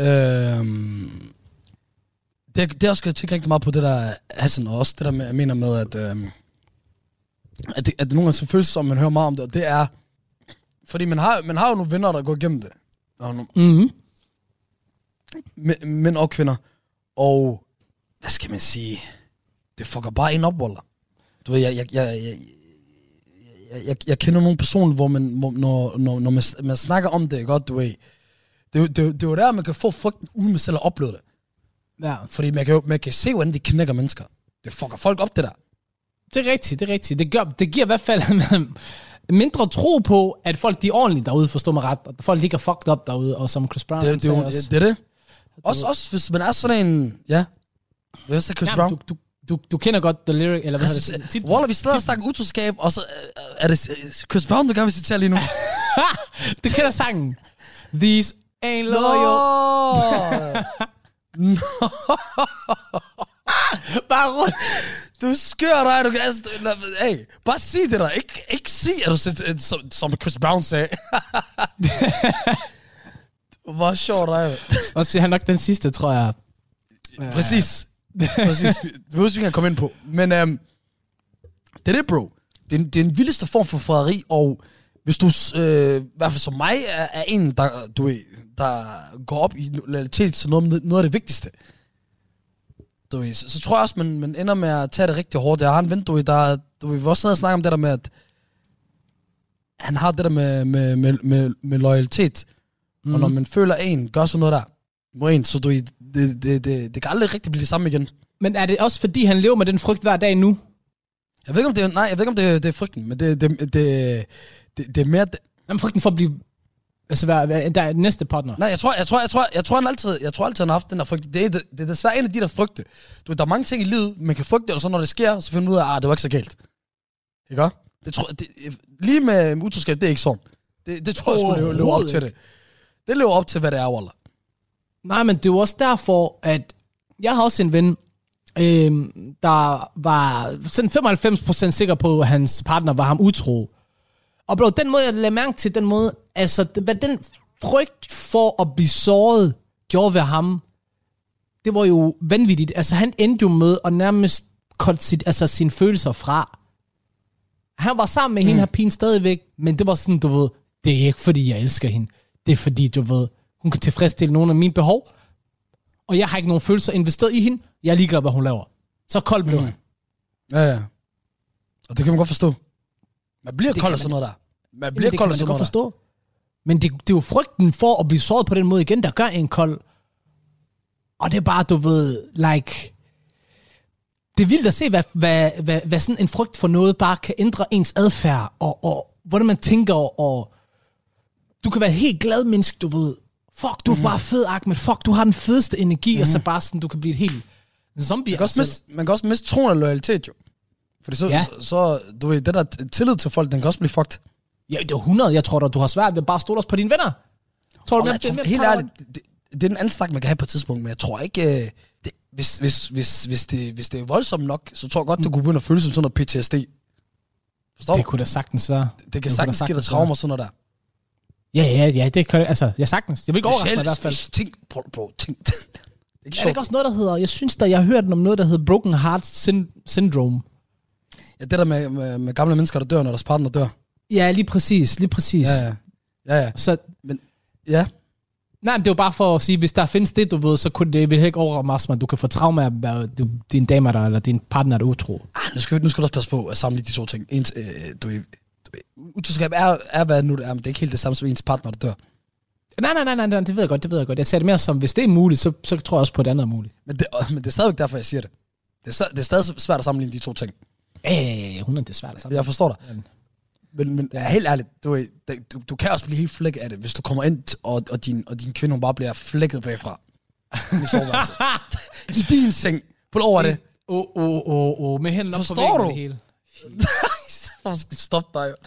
Det er også, jeg tænker rigtig meget på det der, Hassan, og også det der med, jeg mener med, at det nogle gange så føles som, man hører meget om det, og det er, fordi man har jo nogle venner, der går igennem det. Mænd og kvinder. Og, hvad skal man sige, det fucker bare en op, Wallah. Du ved, jeg kender nogle personer, hvor når man snakker om det, godt, du ved, det er jo der, man kan få frygten, uden man selv har oplevet det. Ja. Fordi man kan se, hvordan de knækker mennesker. Det fucker folk op, det der. Det er rigtigt. Det giver i hvert fald mindre tro på, at folk de er ordentlige derude, forstår mig ret. At folk ligger fucked up derude, og som Chris Brown det er det. Også hvis man er sådan en... Ja. Hvis det er Chris Brown. Du kender godt the lyric, eller hvad hedder det? Wallah, vi sidder og snakker utroskab, og så er det Chris Brown, du gerne vil citere lige nu. Du kender sangen. These ain't loyal. No. Bare rundt. Du skør dig, du kan... Hey, bare sig det der. Ikke sig, at du siger, som Chris Brown sagde. Hvor sjovt dig. Også han nok den sidste, tror jeg. Præcis. Det behøver vi ikke komme ind på. Men det er det, bro. Det er en vildeste form for forræderi, og hvis du, i hvert fald som mig, er en, der går op i loyalitet til noget af det vigtigste, så tror jeg også, man ender med at tage det rigtig hårdt. Jeg har en ven, vi også sidder og snakke om det der med, at han har det der med loyalitet. Og når man føler en, gør sådan noget der, må en, så det kan aldrig rigtig blive det samme igen. Men er det også fordi, han lever med den frygt hver dag nu? Jeg ved ikke, om det er frygten, men det er mere... Jamen frygten for at blive... Altså, der er næste partner. Nej, jeg tror altid, han har haft den der frygt. Det er desværre en af de der frygte. Du ved, der er mange ting i livet, man kan frygte, og så når det sker, så finder man ud af, det var ikke så galt. Ikke? Lige med utroskab, det er ikke sådan. Det tror jeg skulle leve op til det. Det lever op til, hvad det er, Wallah. Nej, men det er jo også derfor, at jeg har også en ven, der var sådan 95% sikker på, at hans partner var ham utro. Og bro, den måde, jeg lagde mærke til, den måde, altså, hvad den frygt for at blive såret gjorde ved ham, det var jo vanvittigt. Altså, han endte jo med at nærmest kotte sine følelser fra. Han var sammen med hende her pigen stadigvæk, men det var sådan, du ved, det er ikke fordi, jeg elsker hende. Det er fordi, du ved, hun kan tilfredsstille nogle af mine behov, og jeg har ikke nogen følelser investeret i hende. Jeg er ligeglad, hvad hun laver. Så kold blev han. Ja. Og det kan man godt forstå. Man bliver kold af sådan noget der. Man bliver kold af sådan noget forstå. Men det er jo frygten for at blive såret på den måde igen, der gør en kold. Og det er bare, du ved, like... Det er vildt at se, hvad sådan en frygt for noget bare kan ændre ens adfærd, og hvordan man tænker, og du kan være helt glad menneske, du ved. Fuck, du er bare fed, Ahmed. Fuck, du har den fedeste energi, og så bare sådan, du kan blive et helt zombie. Man kan også miste troen af loyalitet, jo. Fordi så du ved, det der tillid til folk, den kan også blive fucked. Ja, det er 100. Jeg tror da, du har svært ved bare at stole os på dine venner. Helt ærligt, det er en anden snak, man kan have på et tidspunkt, men jeg tror ikke... Hvis det er voldsomt nok, så tror jeg godt, det kunne begynde at føles som sådan noget PTSD. Forstår du? Det kunne da sagtens være. Det kan sagtens give dig traumer og sådan noget der. Ja, det kan altså, jeg sagtens. Jeg vil ikke overraske mig i hvert fald. Tænk, bro. Er det ikke også noget, der hedder, jeg synes jeg har hørt om noget, der hedder Broken Heart Syndrome. Ja, det der med gamle mennesker, der dør, når deres partner dør. Ja, lige præcis. Ja. Så, men, ja. Nej, men det er jo bare for at sige, hvis der findes det, du ved, så kunne det ikke overraske mig, at du kan få traume af, at din dame der, eller din partner er utro. Nu skal du også passe på at sammenligne de to ting. Utroskab er, hvad nu det er, men det er ikke helt det samme som ens partner, der dør. Nej, det ved jeg godt. Jeg ser det mere som, hvis det er muligt, så tror jeg også på, at det andet er muligt. Men det er stadigvæk derfor, jeg siger det. Det er stadig svært at sammenligne de to ting. Ja, 100 det er svært at sammenligne. Jeg forstår dig. Men helt ærligt, du kan også blive helt flækket af det, hvis du kommer ind, og din kvinde hun bare bliver flækket bagfra. I din seng. På over det. Med hænden op på væggen det hele. Hvorfor skal stoppe dig?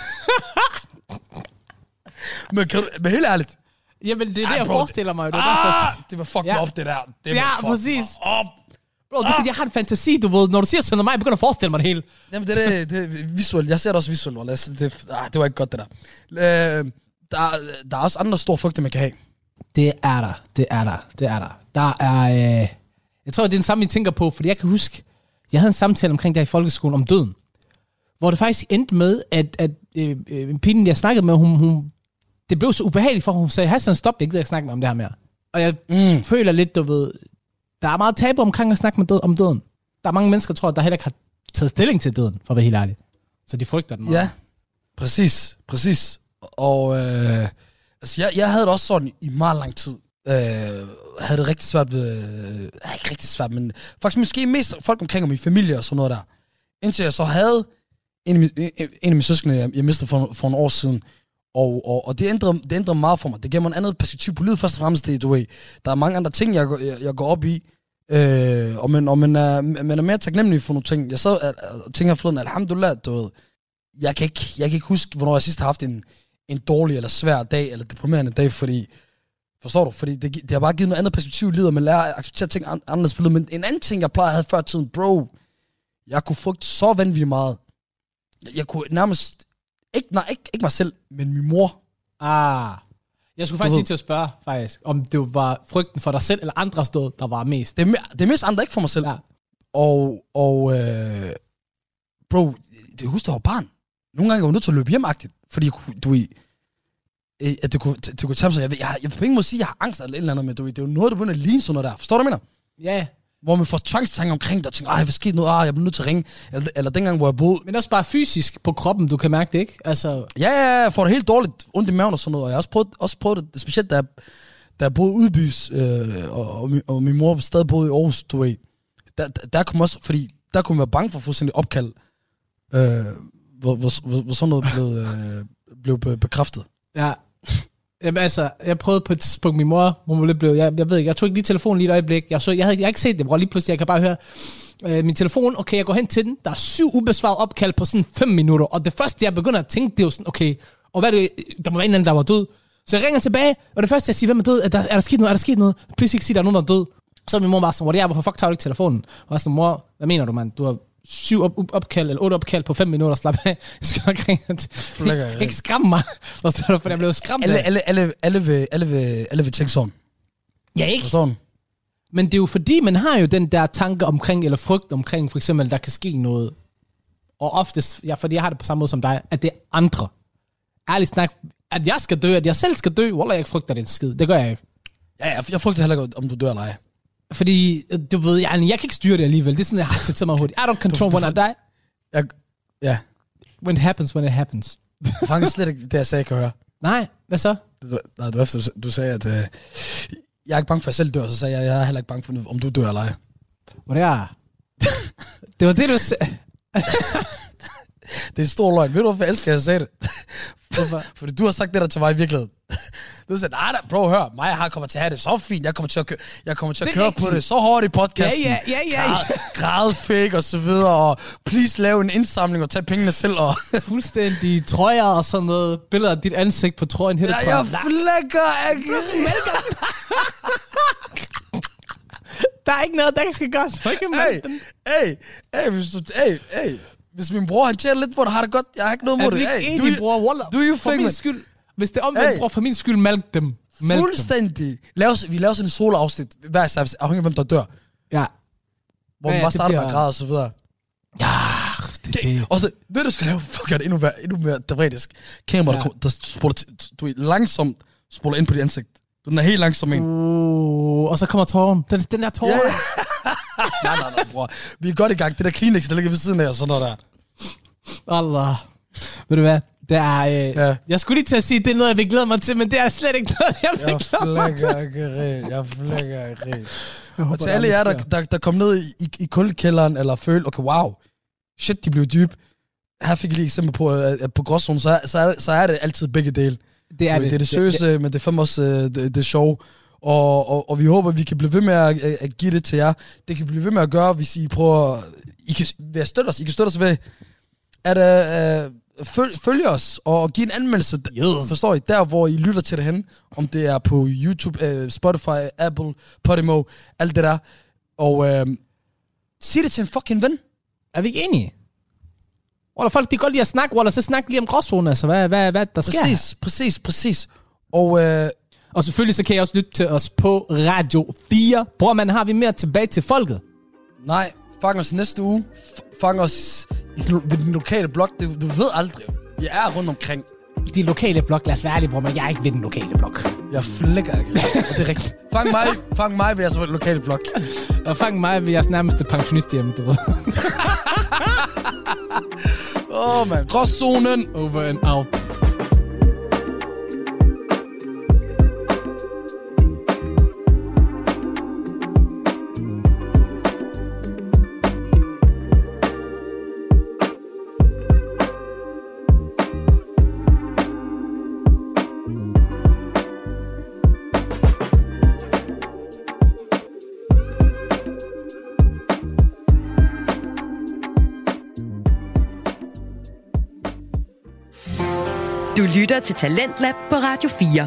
men helt ærligt. Jamen, det er det, jeg forestiller mig. Det var fuck op, det der. Ja, præcis. Bro, det er fordi, jeg har en fantasi, du ved. Når du siger sådan noget, jeg begynder at forestille mig det hele. Jamen, det er visuelt. Jeg ser det også visuelt. Det var ikke godt, det der. Der er også andre store frygter, man kan have. Det er der. Der er... jeg tror, det er den samme, I tænker på, fordi jeg kan huske, jeg havde en samtale omkring der i folkeskolen om døden, hvor det faktisk endte med, at pigen, jeg snakkede med, hun det blev så ubehageligt for, hun sagde, Hassan, stop, jeg gider ikke snakke om det her mere. Og jeg føler lidt, du ved, der er meget tabu omkring at snakke om døden. Der er mange mennesker, tror jeg, der heller ikke har taget stilling til døden, for at være helt ærlig. Så de frygter den meget. Ja, præcis. Og altså, jeg havde det også sådan i meget lang tid. Havde det rigtig svært ved... ikke rigtig svært, men faktisk måske mest folk omkring min familie og sådan noget der. Indtil jeg så havde en af mine søskende, jeg mistede for en år siden. Og det ændrede meget for mig. Det gav mig en andet perspektiv på livet, først og fremmest det, du ved. Der er mange andre ting, jeg går op i. Og man er mere taknemmelig for nogle ting. Jeg så tænker forleden, alhamdulillah, du ved. Jeg kan ikke huske, hvornår jeg sidst har haft en dårlig eller svær dag, eller deprimerende dag, fordi... Forstår du? Fordi det har bare givet noget andet perspektiv i livet, og man lærer at acceptere ting anderledes på livet. Men en anden ting, jeg plejede at have før tiden, bro, jeg kunne frygte så vanvittigt meget. Jeg kunne nærmest... Ikke mig selv, men min mor. Jeg skulle faktisk lige til at spørge, faktisk, om det var frygten for dig selv eller andres død, der var mest. Det er mest andre, ikke for mig selv. Ja. Bro, det husker jeg var barn. Nogle gange var jeg nødt til at løbe hjemagtigt, fordi at det kunne tage mig så. Jeg på ingen måde sige, at jeg har angst eller et eller andet, men det er jo noget, der begynder at ligne sådan noget der. Forstår du, hvad jeg mener? Ja. Hvor man får tvangstanker omkring det, og tænker, hvad skete noget? Jeg bliver nødt til at ringe. Eller dengang, hvor jeg boede. Men også bare fysisk på kroppen, du kan mærke det, ikke? Altså... Ja, jeg får det helt dårligt, ondt i maven og sådan noget. Og jeg har også prøvet det, specielt da jeg boede udbys, og min mor stadig boede i Aarhus, du ved. Der kom også, fordi der kunne man være bange for at få sådan et opkald, hvor sådan noget blev bekræftet. Ja. Jamen altså, jeg prøvede på et tidspunkt, min mor blev, jeg ved ikke, jeg tog ikke lige telefonen lige et øjeblik. Jeg har ikke set det, hvor lige pludselig, jeg kan bare høre min telefon, okay, jeg går hen til den, der er 7 ubesvaret opkald på sådan 5 minutter, og det første, jeg begynder at tænke, det er jo sådan, okay, og hvad er det, der må være en anden, der var død. Så jeg ringer tilbage, og det første, jeg siger, hvem er død? Er der sket noget? Please ikke sige, der er nogen, der er død. Så min mor var sådan, hvorfor fuck tager du ikke telefonen? Og jeg sådan, mor, hvad mener du, mand? Du har 7 opkald, eller 8 opkald på 5 minutter, slap af. Jeg skal nok ringe til. Ikke skræmme mig. For jeg blev skræmt. Alle vil tænke sådan. Ja, ikke? Forstår. Men det er jo fordi, man har jo den der tanke omkring, eller frygt omkring, for eksempel, der kan ske noget. Og oftest, fordi jeg har det på samme måde som dig, at det er andre. Ærligt snak, at jeg skal dø, at jeg selv skal dø, wallah, jeg frygter det skid. Det gør jeg ikke. Ja, jeg frygter heller ikke, om du dør eller ej. Fordi, du ved, jeg kan ikke styre det alligevel. Det er sådan, jeg har accepteret mig hurtigt. I don't control when I die. Ja. When it happens. Det er slet ikke det, jeg sagde, jeg kan høre. Nej, hvad så? Du sagde, at jeg er ikke bange for, at jeg selv dør, så sagde jeg er heller ikke bange for, om du dør eller ej. Det var det, du sagde. Det er en stor løgn. Ved du, hvorfor jeg elsker, at jeg sagde det? Fordi du har sagt det der til mig i virkeligheden. Du sagde, nej, prøv at høre, mig kommer til at have det så fint. Jeg kommer til at køre på det så hårdt i podcasten. Ja. Grædfæk og så videre. Og please lave en indsamling og tage pengene selv. Og fuldstændig trøjer og sådan noget. Billeder af dit ansigt på trøjen. Ja, jeg flækker ikke. Der er ikke noget, der skal gøres. Hvis min bror, han tjener lidt på det, har det godt. Jeg har ikke noget mod det. Bror, wallah. Do you think, min skyld. Hvis det er omvendt, bror, for min skyld, mælk dem. Fuldstændig. Vi laver sådan en solo-afsnit, hver især, afhængig af hvem der dør. Ja. Hvor man bare starter med at græde og så videre. Ja, det. Og så, ved du, skal lave, fuck, det endnu mere teoretisk. Kamera, der spoler, du er langsomt spoler ind på dit ansigt. Du er helt langsom ind. Og så kommer tåren. Den der tåren. Yeah. nej, bror. Vi er godt i gang. Det der Kleenex, der ligger ved siden af og sådan noget der. Allah. Ved du hvad? Det er, jeg skulle lige til at sige, at det er noget, jeg vil glæde mig til, men det er slet ikke noget, jeg vil glæde mig til. Jeg flækker ikke. Og til alle jer, der kom ned i kuldekælderen, eller følte, okay, wow, shit, de blev dybe. Her fik jeg lige eksempel på, at på gråzonen, så er det altid begge dele. Det er det seriøse, men det er fandme også det sjove. Og vi håber, at vi kan blive ved med at give det til jer. Det kan blive ved med at gøre, hvis I prøver... I kan støtte os. I kan støtte os ved at følge os og give en anmeldelse. Forstår I? Der, hvor I lytter til det hen. Om det er på YouTube, Spotify, Apple, Podimo, alt det der. Og sig det til en fucking ven. Er vi ikke enige? Eller folk, de går lige at snakke, eller så snakke lige om gråzonen, altså hvad der sker. Præcis. Og selvfølgelig så kan I også lytte til os på Radio 4. Bror, man, har vi mere tilbage til folket? Nej, fang os næste uge. Fang os ved den lokale blog. Du ved aldrig. Vi er rundt omkring. De lokale blog, lad os være ærlige, bror, men jeg er ikke ved den lokale blog. Jeg flækker ikke. Og det er rigtigt. Fang mig ved jeres lokale blog. Og fang mig ved jeres nærmeste pensionisthjem, du ved. Man. Gråzonen. Over and out. Du lytter til Talentlab på Radio 4.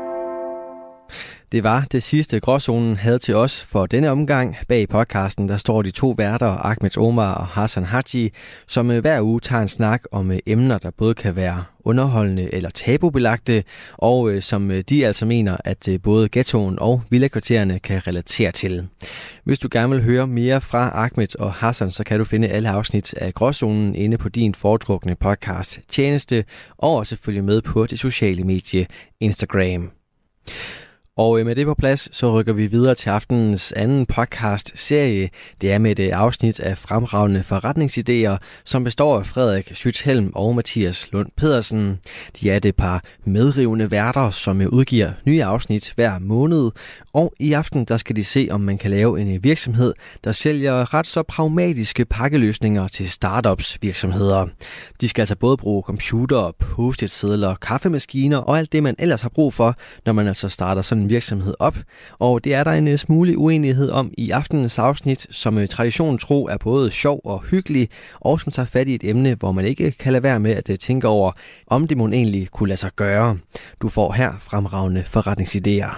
Det var det sidste Gråzonen havde til os for denne omgang. Bag podcasten der står de to værter, Ahmed Omar og Hassan Haji, som hver uge tager en snak om emner, der både kan være underholdende eller tabubelagte, og som de altså mener, at både ghettoen og villakvartererne kan relatere til. Hvis du gerne vil høre mere fra Ahmed og Hassan, så kan du finde alle afsnit af Gråzonen inde på din foretrukne podcast tjeneste, og også følge med på det sociale medie Instagram. Og med det på plads, så rykker vi videre til aftenens anden podcast-serie. Det er med et afsnit af fremragende forretningsidéer, som består af Frederik Schützhelm og Mathias Lund Pedersen. De er det par medrivende værter, som udgiver nye afsnit hver måned. Og i aften, der skal de se, om man kan lave en virksomhed, der sælger ret så pragmatiske pakkeløsninger til startups virksomheder. De skal altså både bruge computer, post-it-sedler, kaffemaskiner og alt det, man ellers har brug for, når man altså starter sådan en virksomhed op. Og det er der en smule uenighed om i aftenens afsnit, som traditionen tro er både sjov og hyggelig, og som tager fat i et emne, hvor man ikke kan lade være med at tænke over, om det må egentlig kunne lade sig gøre. Du får her fremragende forretningsidéer.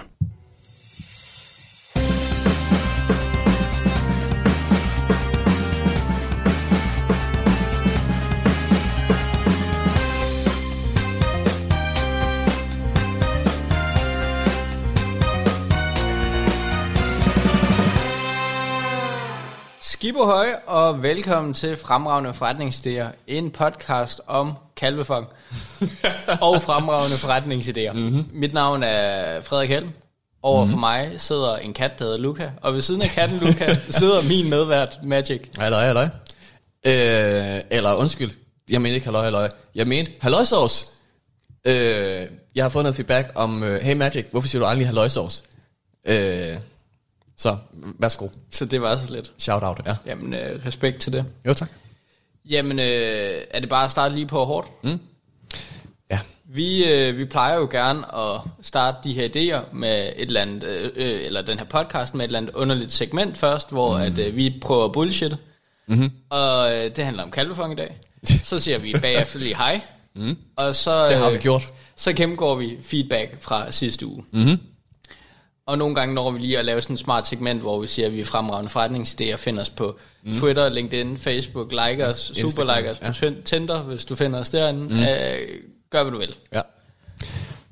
Skibohøj, og velkommen til Fremragende Forretningsidéer, en podcast om kalvefang og fremragende forretningsidéer. Mm-hmm. Mit navn er Frederik Helm. Over for mig sidder en kat, der hedder Luca, og ved siden af katten Luca sidder min medvært Magic. Halløj. Eller undskyld, jeg mener ikke halløj. Jeg mente halløjsovs. Jeg har fået noget feedback om, hey Magic, hvorfor siger du aldrig halløjsovs? Så, værsgo. Så det var så lidt. Shout out, ja. Jamen, respekt til det. Jo, tak. Jamen, er det bare at starte lige på hårdt? Ja. Vi plejer jo gerne at starte de her idéer med et eller andet, eller den her podcast med et eller andet underligt segment først, hvor at vi prøver bullshit. Mm-hmm. Og det handler om kalvefang i dag. Så siger vi bagefter lige hej. Og så, det har vi gjort. Så gennemgår vi feedback fra sidste uge. Mm-hmm. Og nogle gange når vi lige at lave sådan et smart segment, hvor vi siger, at vi er fremragende forretningsidéer, finder os på Twitter, LinkedIn, Facebook, like os, super like os på Tinder, hvis du finder os derinde. Gør hvad du vil. Ja.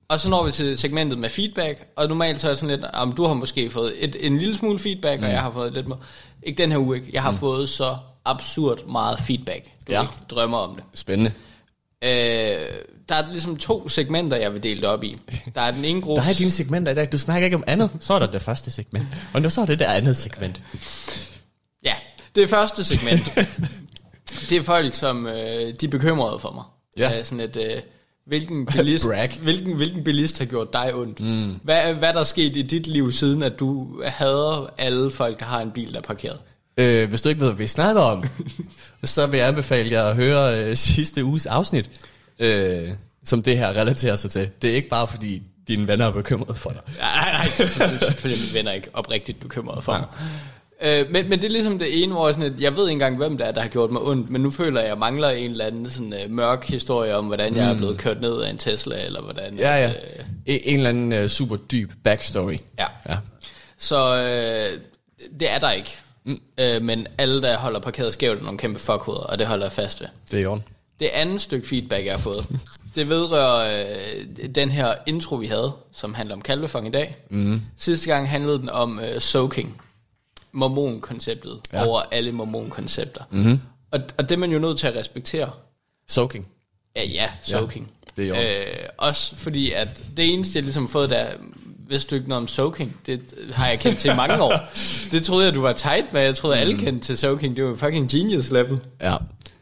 Og så når vi til segmentet med feedback, og normalt så er det sådan lidt, om du har måske fået en lille smule feedback, og jeg har fået lidt mere. Ikke den her uge, ikke? Jeg har fået så absurd meget feedback. Du ikke drømmer om det. Spændende. Der er ligesom 2 segmenter, jeg vil dele det op i. Der er den ene gruppe... Der er dine segmenter i dag. Du snakker ikke om andet. Så er der det første segment. Og nu så er det der andet segment. Ja, det første segment. Det er folk, som de er bekymrede for mig. Ja. Sådan et... Hvilken bilist har gjort dig ondt? Hvad der er sket i dit liv, siden at du hader alle folk, der har en bil, der er parkeret? Hvis du ikke ved, hvad vi snakker om, så vil jeg anbefale jer at høre sidste uges afsnit, som det her relaterer sig til. Det er ikke bare fordi dine venner er bekymrede for dig. Nej, selvfølgelig mine venner er ikke oprigtigt bekymrede for mig. Men det er ligesom det ene, hvor sådan jeg ved ikke engang, hvem det er, der har gjort mig ondt, men nu føler jeg mangler en eller anden sådan, mørk historie om, hvordan jeg er blevet kørt ned af en Tesla, eller hvordan... Ja. En eller anden super dyb backstory. Ja. Så det er der ikke. Men alle, der holder parkeret skævt, er nogle kæmpe fuckhoveder, og det holder jeg fast ved. Det er i orden. Det andet stykke feedback, jeg har fået, det vedrører den her intro, vi havde, som handler om kalvefang i dag. Sidste gang handlede den om soaking. Mormon-konceptet over alle mormon-koncepter. Og det er man jo nødt til at respektere. Soaking. Ja, soaking. Det er jo. Også fordi, at det eneste, jeg ligesom har fået der, hvis du ikke noget om soaking, det har jeg kendt til i mange år. Det troede jeg, du var tight med. Jeg troede, alle kendte til soaking. Det var fucking genius level. Ja.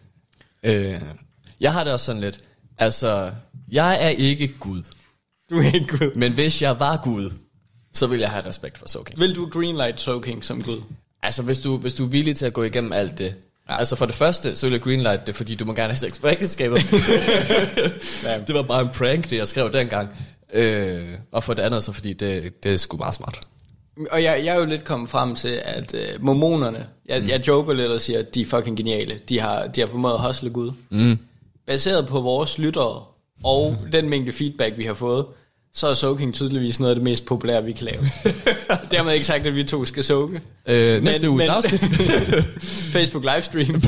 Jeg har det også sådan lidt. Altså, jeg er ikke Gud. Du er ikke Gud. Men hvis jeg var Gud, så vil jeg have respekt for soaking. Vil du greenlight soaking som Gud? Altså, hvis du er villig til at gå igennem alt det. Ja. Altså, for det første, så vil jeg greenlight det, fordi du må gerne have sex på ægteskabet. Det var bare en prank, det jeg skrev dengang. Og for det andet, så fordi det er sgu meget smart. Og jeg er jo lidt kommet frem til, at mormonerne, jeg joker lidt og siger, at de er fucking geniale. De har formået at hustle Gud. Baseret på vores lyttere og den mængde feedback, vi har fået, så er soaking tydeligvis noget af det mest populære, vi kan lave. Dermed ikke sagt, at vi 2 skal soake. Næste uges afsnit. Facebook livestream.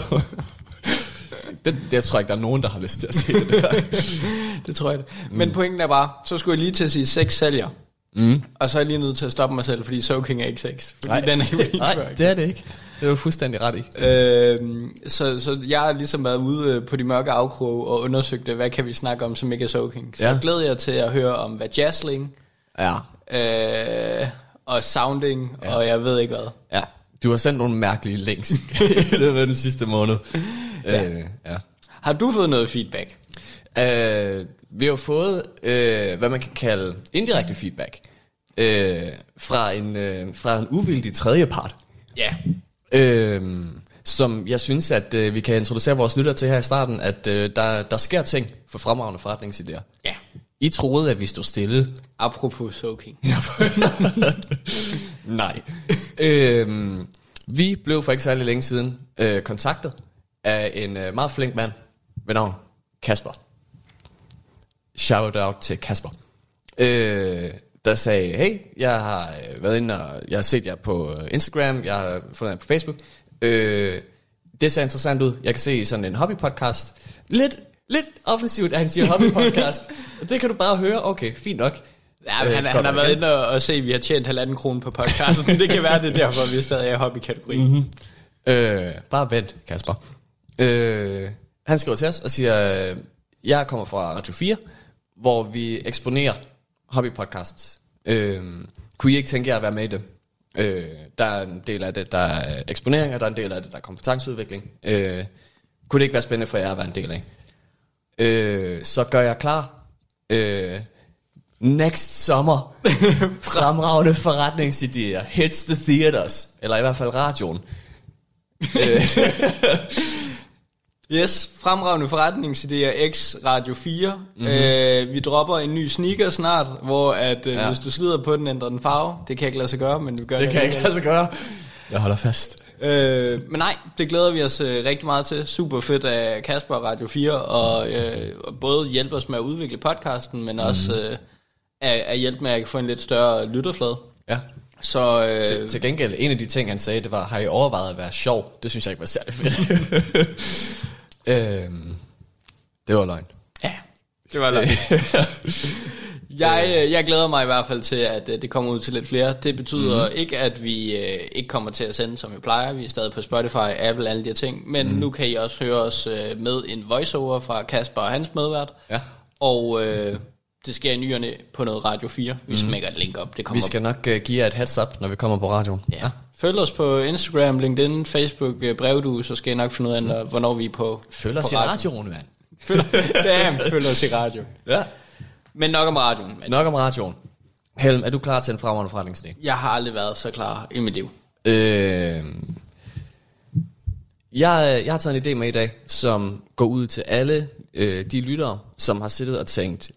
Det tror jeg ikke, der er nogen, der har lyst til at se det der. Det tror jeg det. Men pointen er bare, så skulle jeg lige til at sige 6 sælger. Og så er jeg lige nødt til at stoppe mig selv, fordi soaking er ikke sex. Nej, den er nej, det er det ikke. Det er du fuldstændig ret i. Så jeg har ligesom været ude på de mørke afkroge og undersøgte, hvad kan vi snakke om, som ikke er soaking. Så glæder jeg til at høre om vajazzling. Ja. Og sounding, og jeg ved ikke hvad. Ja. Du har sendt nogle mærkelige links i løbet af den sidste måned. Ja. Har du fået noget feedback? Vi har jo fået, hvad man kan kalde indirekte feedback, fra en uvildig tredjepart. Ja. Som jeg synes, at vi kan introducere vores lytter til her i starten, at der sker ting for fremragende forretningsidéer. Ja. I troede, at vi stod stille. Apropos soaking. Nej. Vi blev for ikke særlig længe siden kontaktet af en meget flink mand ved navn Kasper. Shout out til Kasper. Der sagde, hey, jeg har været inde og jeg har set jer på Instagram, jeg har fundet jer på Facebook. Det ser interessant ud. Jeg kan se i sådan en hobbypodcast. Lidt offensivt, at han siger hobbypodcast. Det kan du bare høre. Okay, fint nok. Ja, han har været inde og se, at vi har tjent 1,5 kroner på podcasten. Det kan være, det derfor, vi stadig er i hobbykategorien. Bare vent, Kasper. Han skriver til os og siger, jeg kommer fra Radio 4, hvor vi eksponerer hobbypodcasts. Kunne I ikke tænke jer at være med i det? Der er en del af det, der er eksponering, og der er en del af det, der er kompetenceudvikling. Kunne det ikke være spændende for jer at være en del af? Så gør jeg klar. Next sommer. Fremragende forretningsidéer. Hits the theaters. Eller i hvert fald radioen. Yes, fremragende forretningsidéer X Radio 4. Vi dropper en ny sneaker snart, hvor at hvis du slider på den, ændrer den farve. Det kan jeg ikke lade sig gøre, men vi gør det. Det kan jeg ikke lade sig gøre. Jeg holder fast. Men nej, det glæder vi os rigtig meget til. Super fedt af Kasper og Radio 4, og både hjælpe os med at udvikle podcasten, men også at hjælpe med at få en lidt større lytterflade. Ja. Så, til gengæld, en af de ting, han sagde, det var, har I overvejet at være sjov? Det synes jeg ikke var særlig fedt. Det var løgn. Ja, det var løgn. Jeg glæder mig i hvert fald til, at det kommer ud til lidt flere. Det betyder ikke, at vi ikke kommer til at sende, som vi plejer. Vi er stadig på Spotify, Apple, alle de her ting. Men nu kan I også høre os med en voiceover fra Kasper og hans medvært. Ja. Og det sker i ny og næ på noget Radio 4. Vi smækker et link op. Det kommer Vi skal nok give jer et heads up, når vi kommer på radioen. Ja. Følg os på Instagram, LinkedIn, Facebook, Brevdue, så skal I nok finde ud af, hvornår vi er på Følg os på i radioen, mand. Følg os i radio. Ja. Men nok om radioen. Nok om radioen. Helm, er du klar til en fremragende forretningsdag? Jeg har aldrig været så klar i mit liv. Jeg har taget en idé med i dag, som går ud til alle de lyttere, som har siddet og tænkt,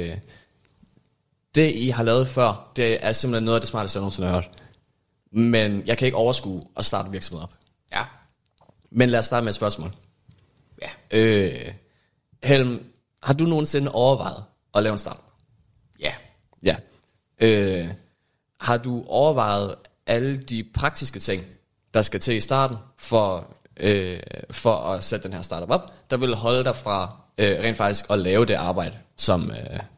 det I har lavet før, det er simpelthen noget af det smarteste, jeg nogensinde har hørt. Men jeg kan ikke overskue at starte en virksomhed op. Ja. Men lad os starte med et spørgsmål. Ja. Helm, har du nogensinde overvejet at lave en startup? Ja. Ja. Har du overvejet alle de praktiske ting, der skal til i starten, for at sætte den her startup op, der vil holde dig fra rent faktisk at lave det arbejde, som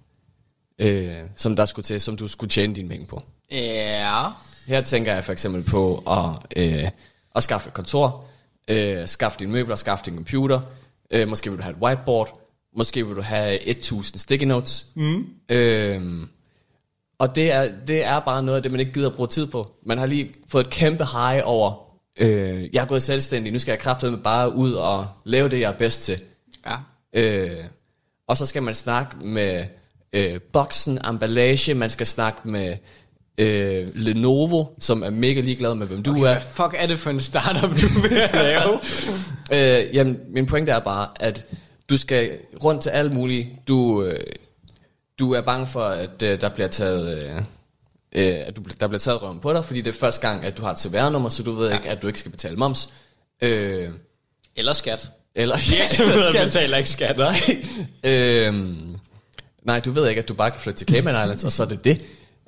der skulle til, som du skulle tjene dine penge på? Ja. Her tænker jeg for eksempel på at skaffe et kontor, skaffe dine møbler, skaffe din computer, måske vil du have et whiteboard, måske vil du have 1000 sticky notes. Og det er bare noget af det, man ikke gider at bruge tid på. Man har lige fået et kæmpe high over, jeg er gået selvstændig, nu skal jeg kraftedeme bare ud og lave det, jeg er bedst til. Ja. Og så skal man snakke med boksen, emballage, man skal snakke med Lenovo, som er mega ligeglad med, hvem du er. Hvad fuck er det for en startup, du vil lave? Jamen, min pointe er bare, at du skal rundt til alle mulige. Du er bange for, at der bliver taget røven på dig, fordi det er første gang, at du har et CVR-nummer, så du ved ikke, at du ikke skal betale moms. Eller skat. Eller Virksomheder betaler ikke skat. Nej, du ved ikke, at du bare kan flytte til Cayman Islands, og så er det det.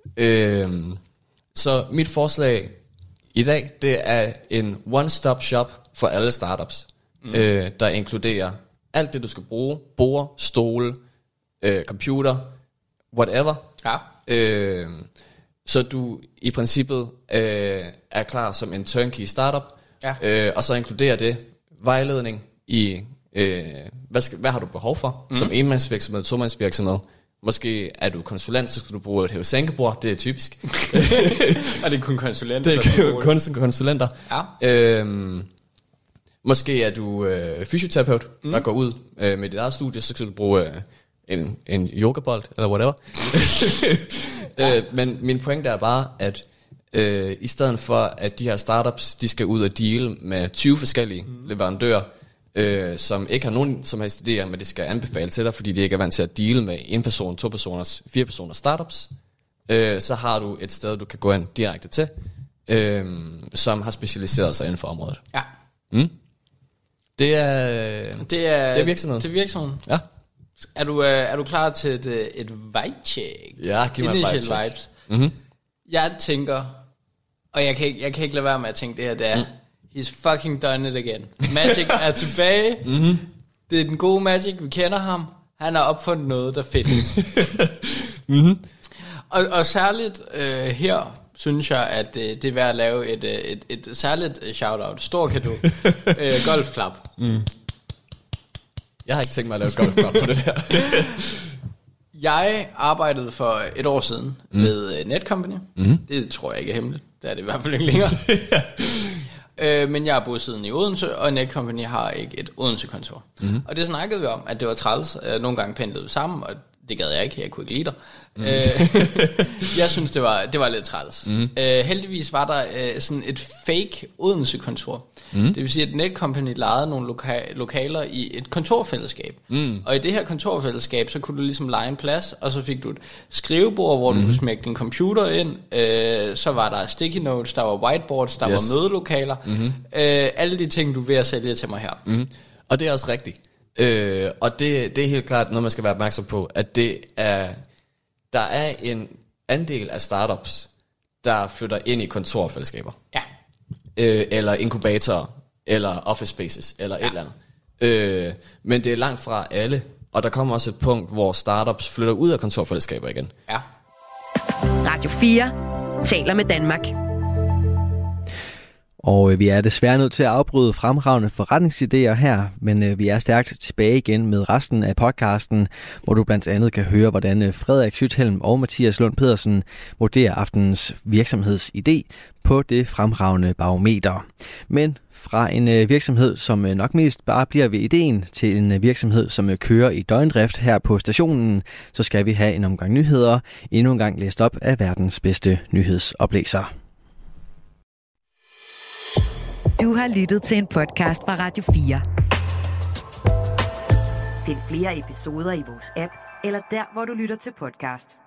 Så mit forslag i dag, det er en one-stop shop for alle startups, der inkluderer alt det, du skal bruge: bord, stole, computer, whatever. Ja. Så du i princippet er klar som en turnkey startup. Ja. Og så inkluderer det vejledning i hvad har du behov for som enmandsvirksomhed, tomandsvirksomhed. Måske er du konsulent, så skal du bruge et hæve-sænke-bord. Det er typisk. Og det er kun konsulenter. Det er kun konsulenter. Ja. Måske er du fysioterapeut, der går ud med dit eget studie, så skal du bruge en yogabold, eller whatever. Men min pointe er bare, at i stedet for, at de her startups, de skal ud og deal med 20 forskellige leverandører, som ikke har nogen som helst idéer, men det skal anbefale til dig, fordi de ikke er vant til at deal med 1 person, 2 personers, 4 personers startups, så har du et sted, du kan gå ind direkte til, som har specialiseret sig inden for området. Ja. Det er virksomheden. Det er virksomheden. Ja. Er du klar til et vibe check? Ja, giv mig Initial vibe check. vibes. Mm-hmm. Jeg tænker, og jeg kan ikke lade være med at tænke det her, det er, he's fucking done it again. Magic er tilbage. Det er den gode Magic, vi kender ham. Han har opfundet noget, der findes. Og særligt her synes jeg, at det er værd at lave et særligt shout-out. Stor cadeau. Golfklap. Jeg har ikke tænkt mig at lave golfklap på det der. Jeg arbejdede for et år siden med Netcompany. Det tror jeg ikke er hemmeligt. Det er det i hvert fald ikke længere. Men jeg er bosiddende i Odense, og Netcompany har ikke et Odense-kontor. Og det snakkede vi om, at det var træls. Nogle gange pendlede vi sammen, og det gad jeg ikke. Jeg kunne ikke lide dig. Jeg synes, det var lidt træls. Heldigvis var der sådan et fake Odense-kontor. Det vil sige, at Netcompany lejede nogle lokaler i et kontorfællesskab. Og i det her kontorfællesskab, så kunne du ligesom leje en plads, og så fik du et skrivebord, hvor du kunne smække din computer ind. Så var der sticky notes, der var whiteboards, der var mødelokaler. Alle de ting, du er ved at sælge til mig her. Og det er også rigtigt. Og det er helt klart noget, man skal være opmærksom på, at der er en andel af startups, der flytter ind i kontorfællesskaber. Ja. Eller inkubatorer, eller office spaces, eller et eller andet. Men det er langt fra alle, Og der kommer også et punkt, hvor startups flytter ud af kontorfællesskaber igen. Ja. Radio 4 taler med Danmark. Og vi er desværre nødt til at afbryde fremragende forretningsidéer her, men vi er stærkt tilbage igen med resten af podcasten, hvor du blandt andet kan høre, hvordan Frederik Sythelm og Mathias Lund Pedersen vurderer aftenens virksomhedsidé på det fremragende barometer. Men fra en virksomhed, som nok mest bare bliver ved ideen, til en virksomhed, som kører i døgndrift her på stationen, så skal vi have en omgang nyheder, endnu en gang læst op af verdens bedste nyhedsoplæser. Du har lyttet til en podcast fra Radio 4. Find flere episoder i vores app, eller der, hvor du lytter til podcast.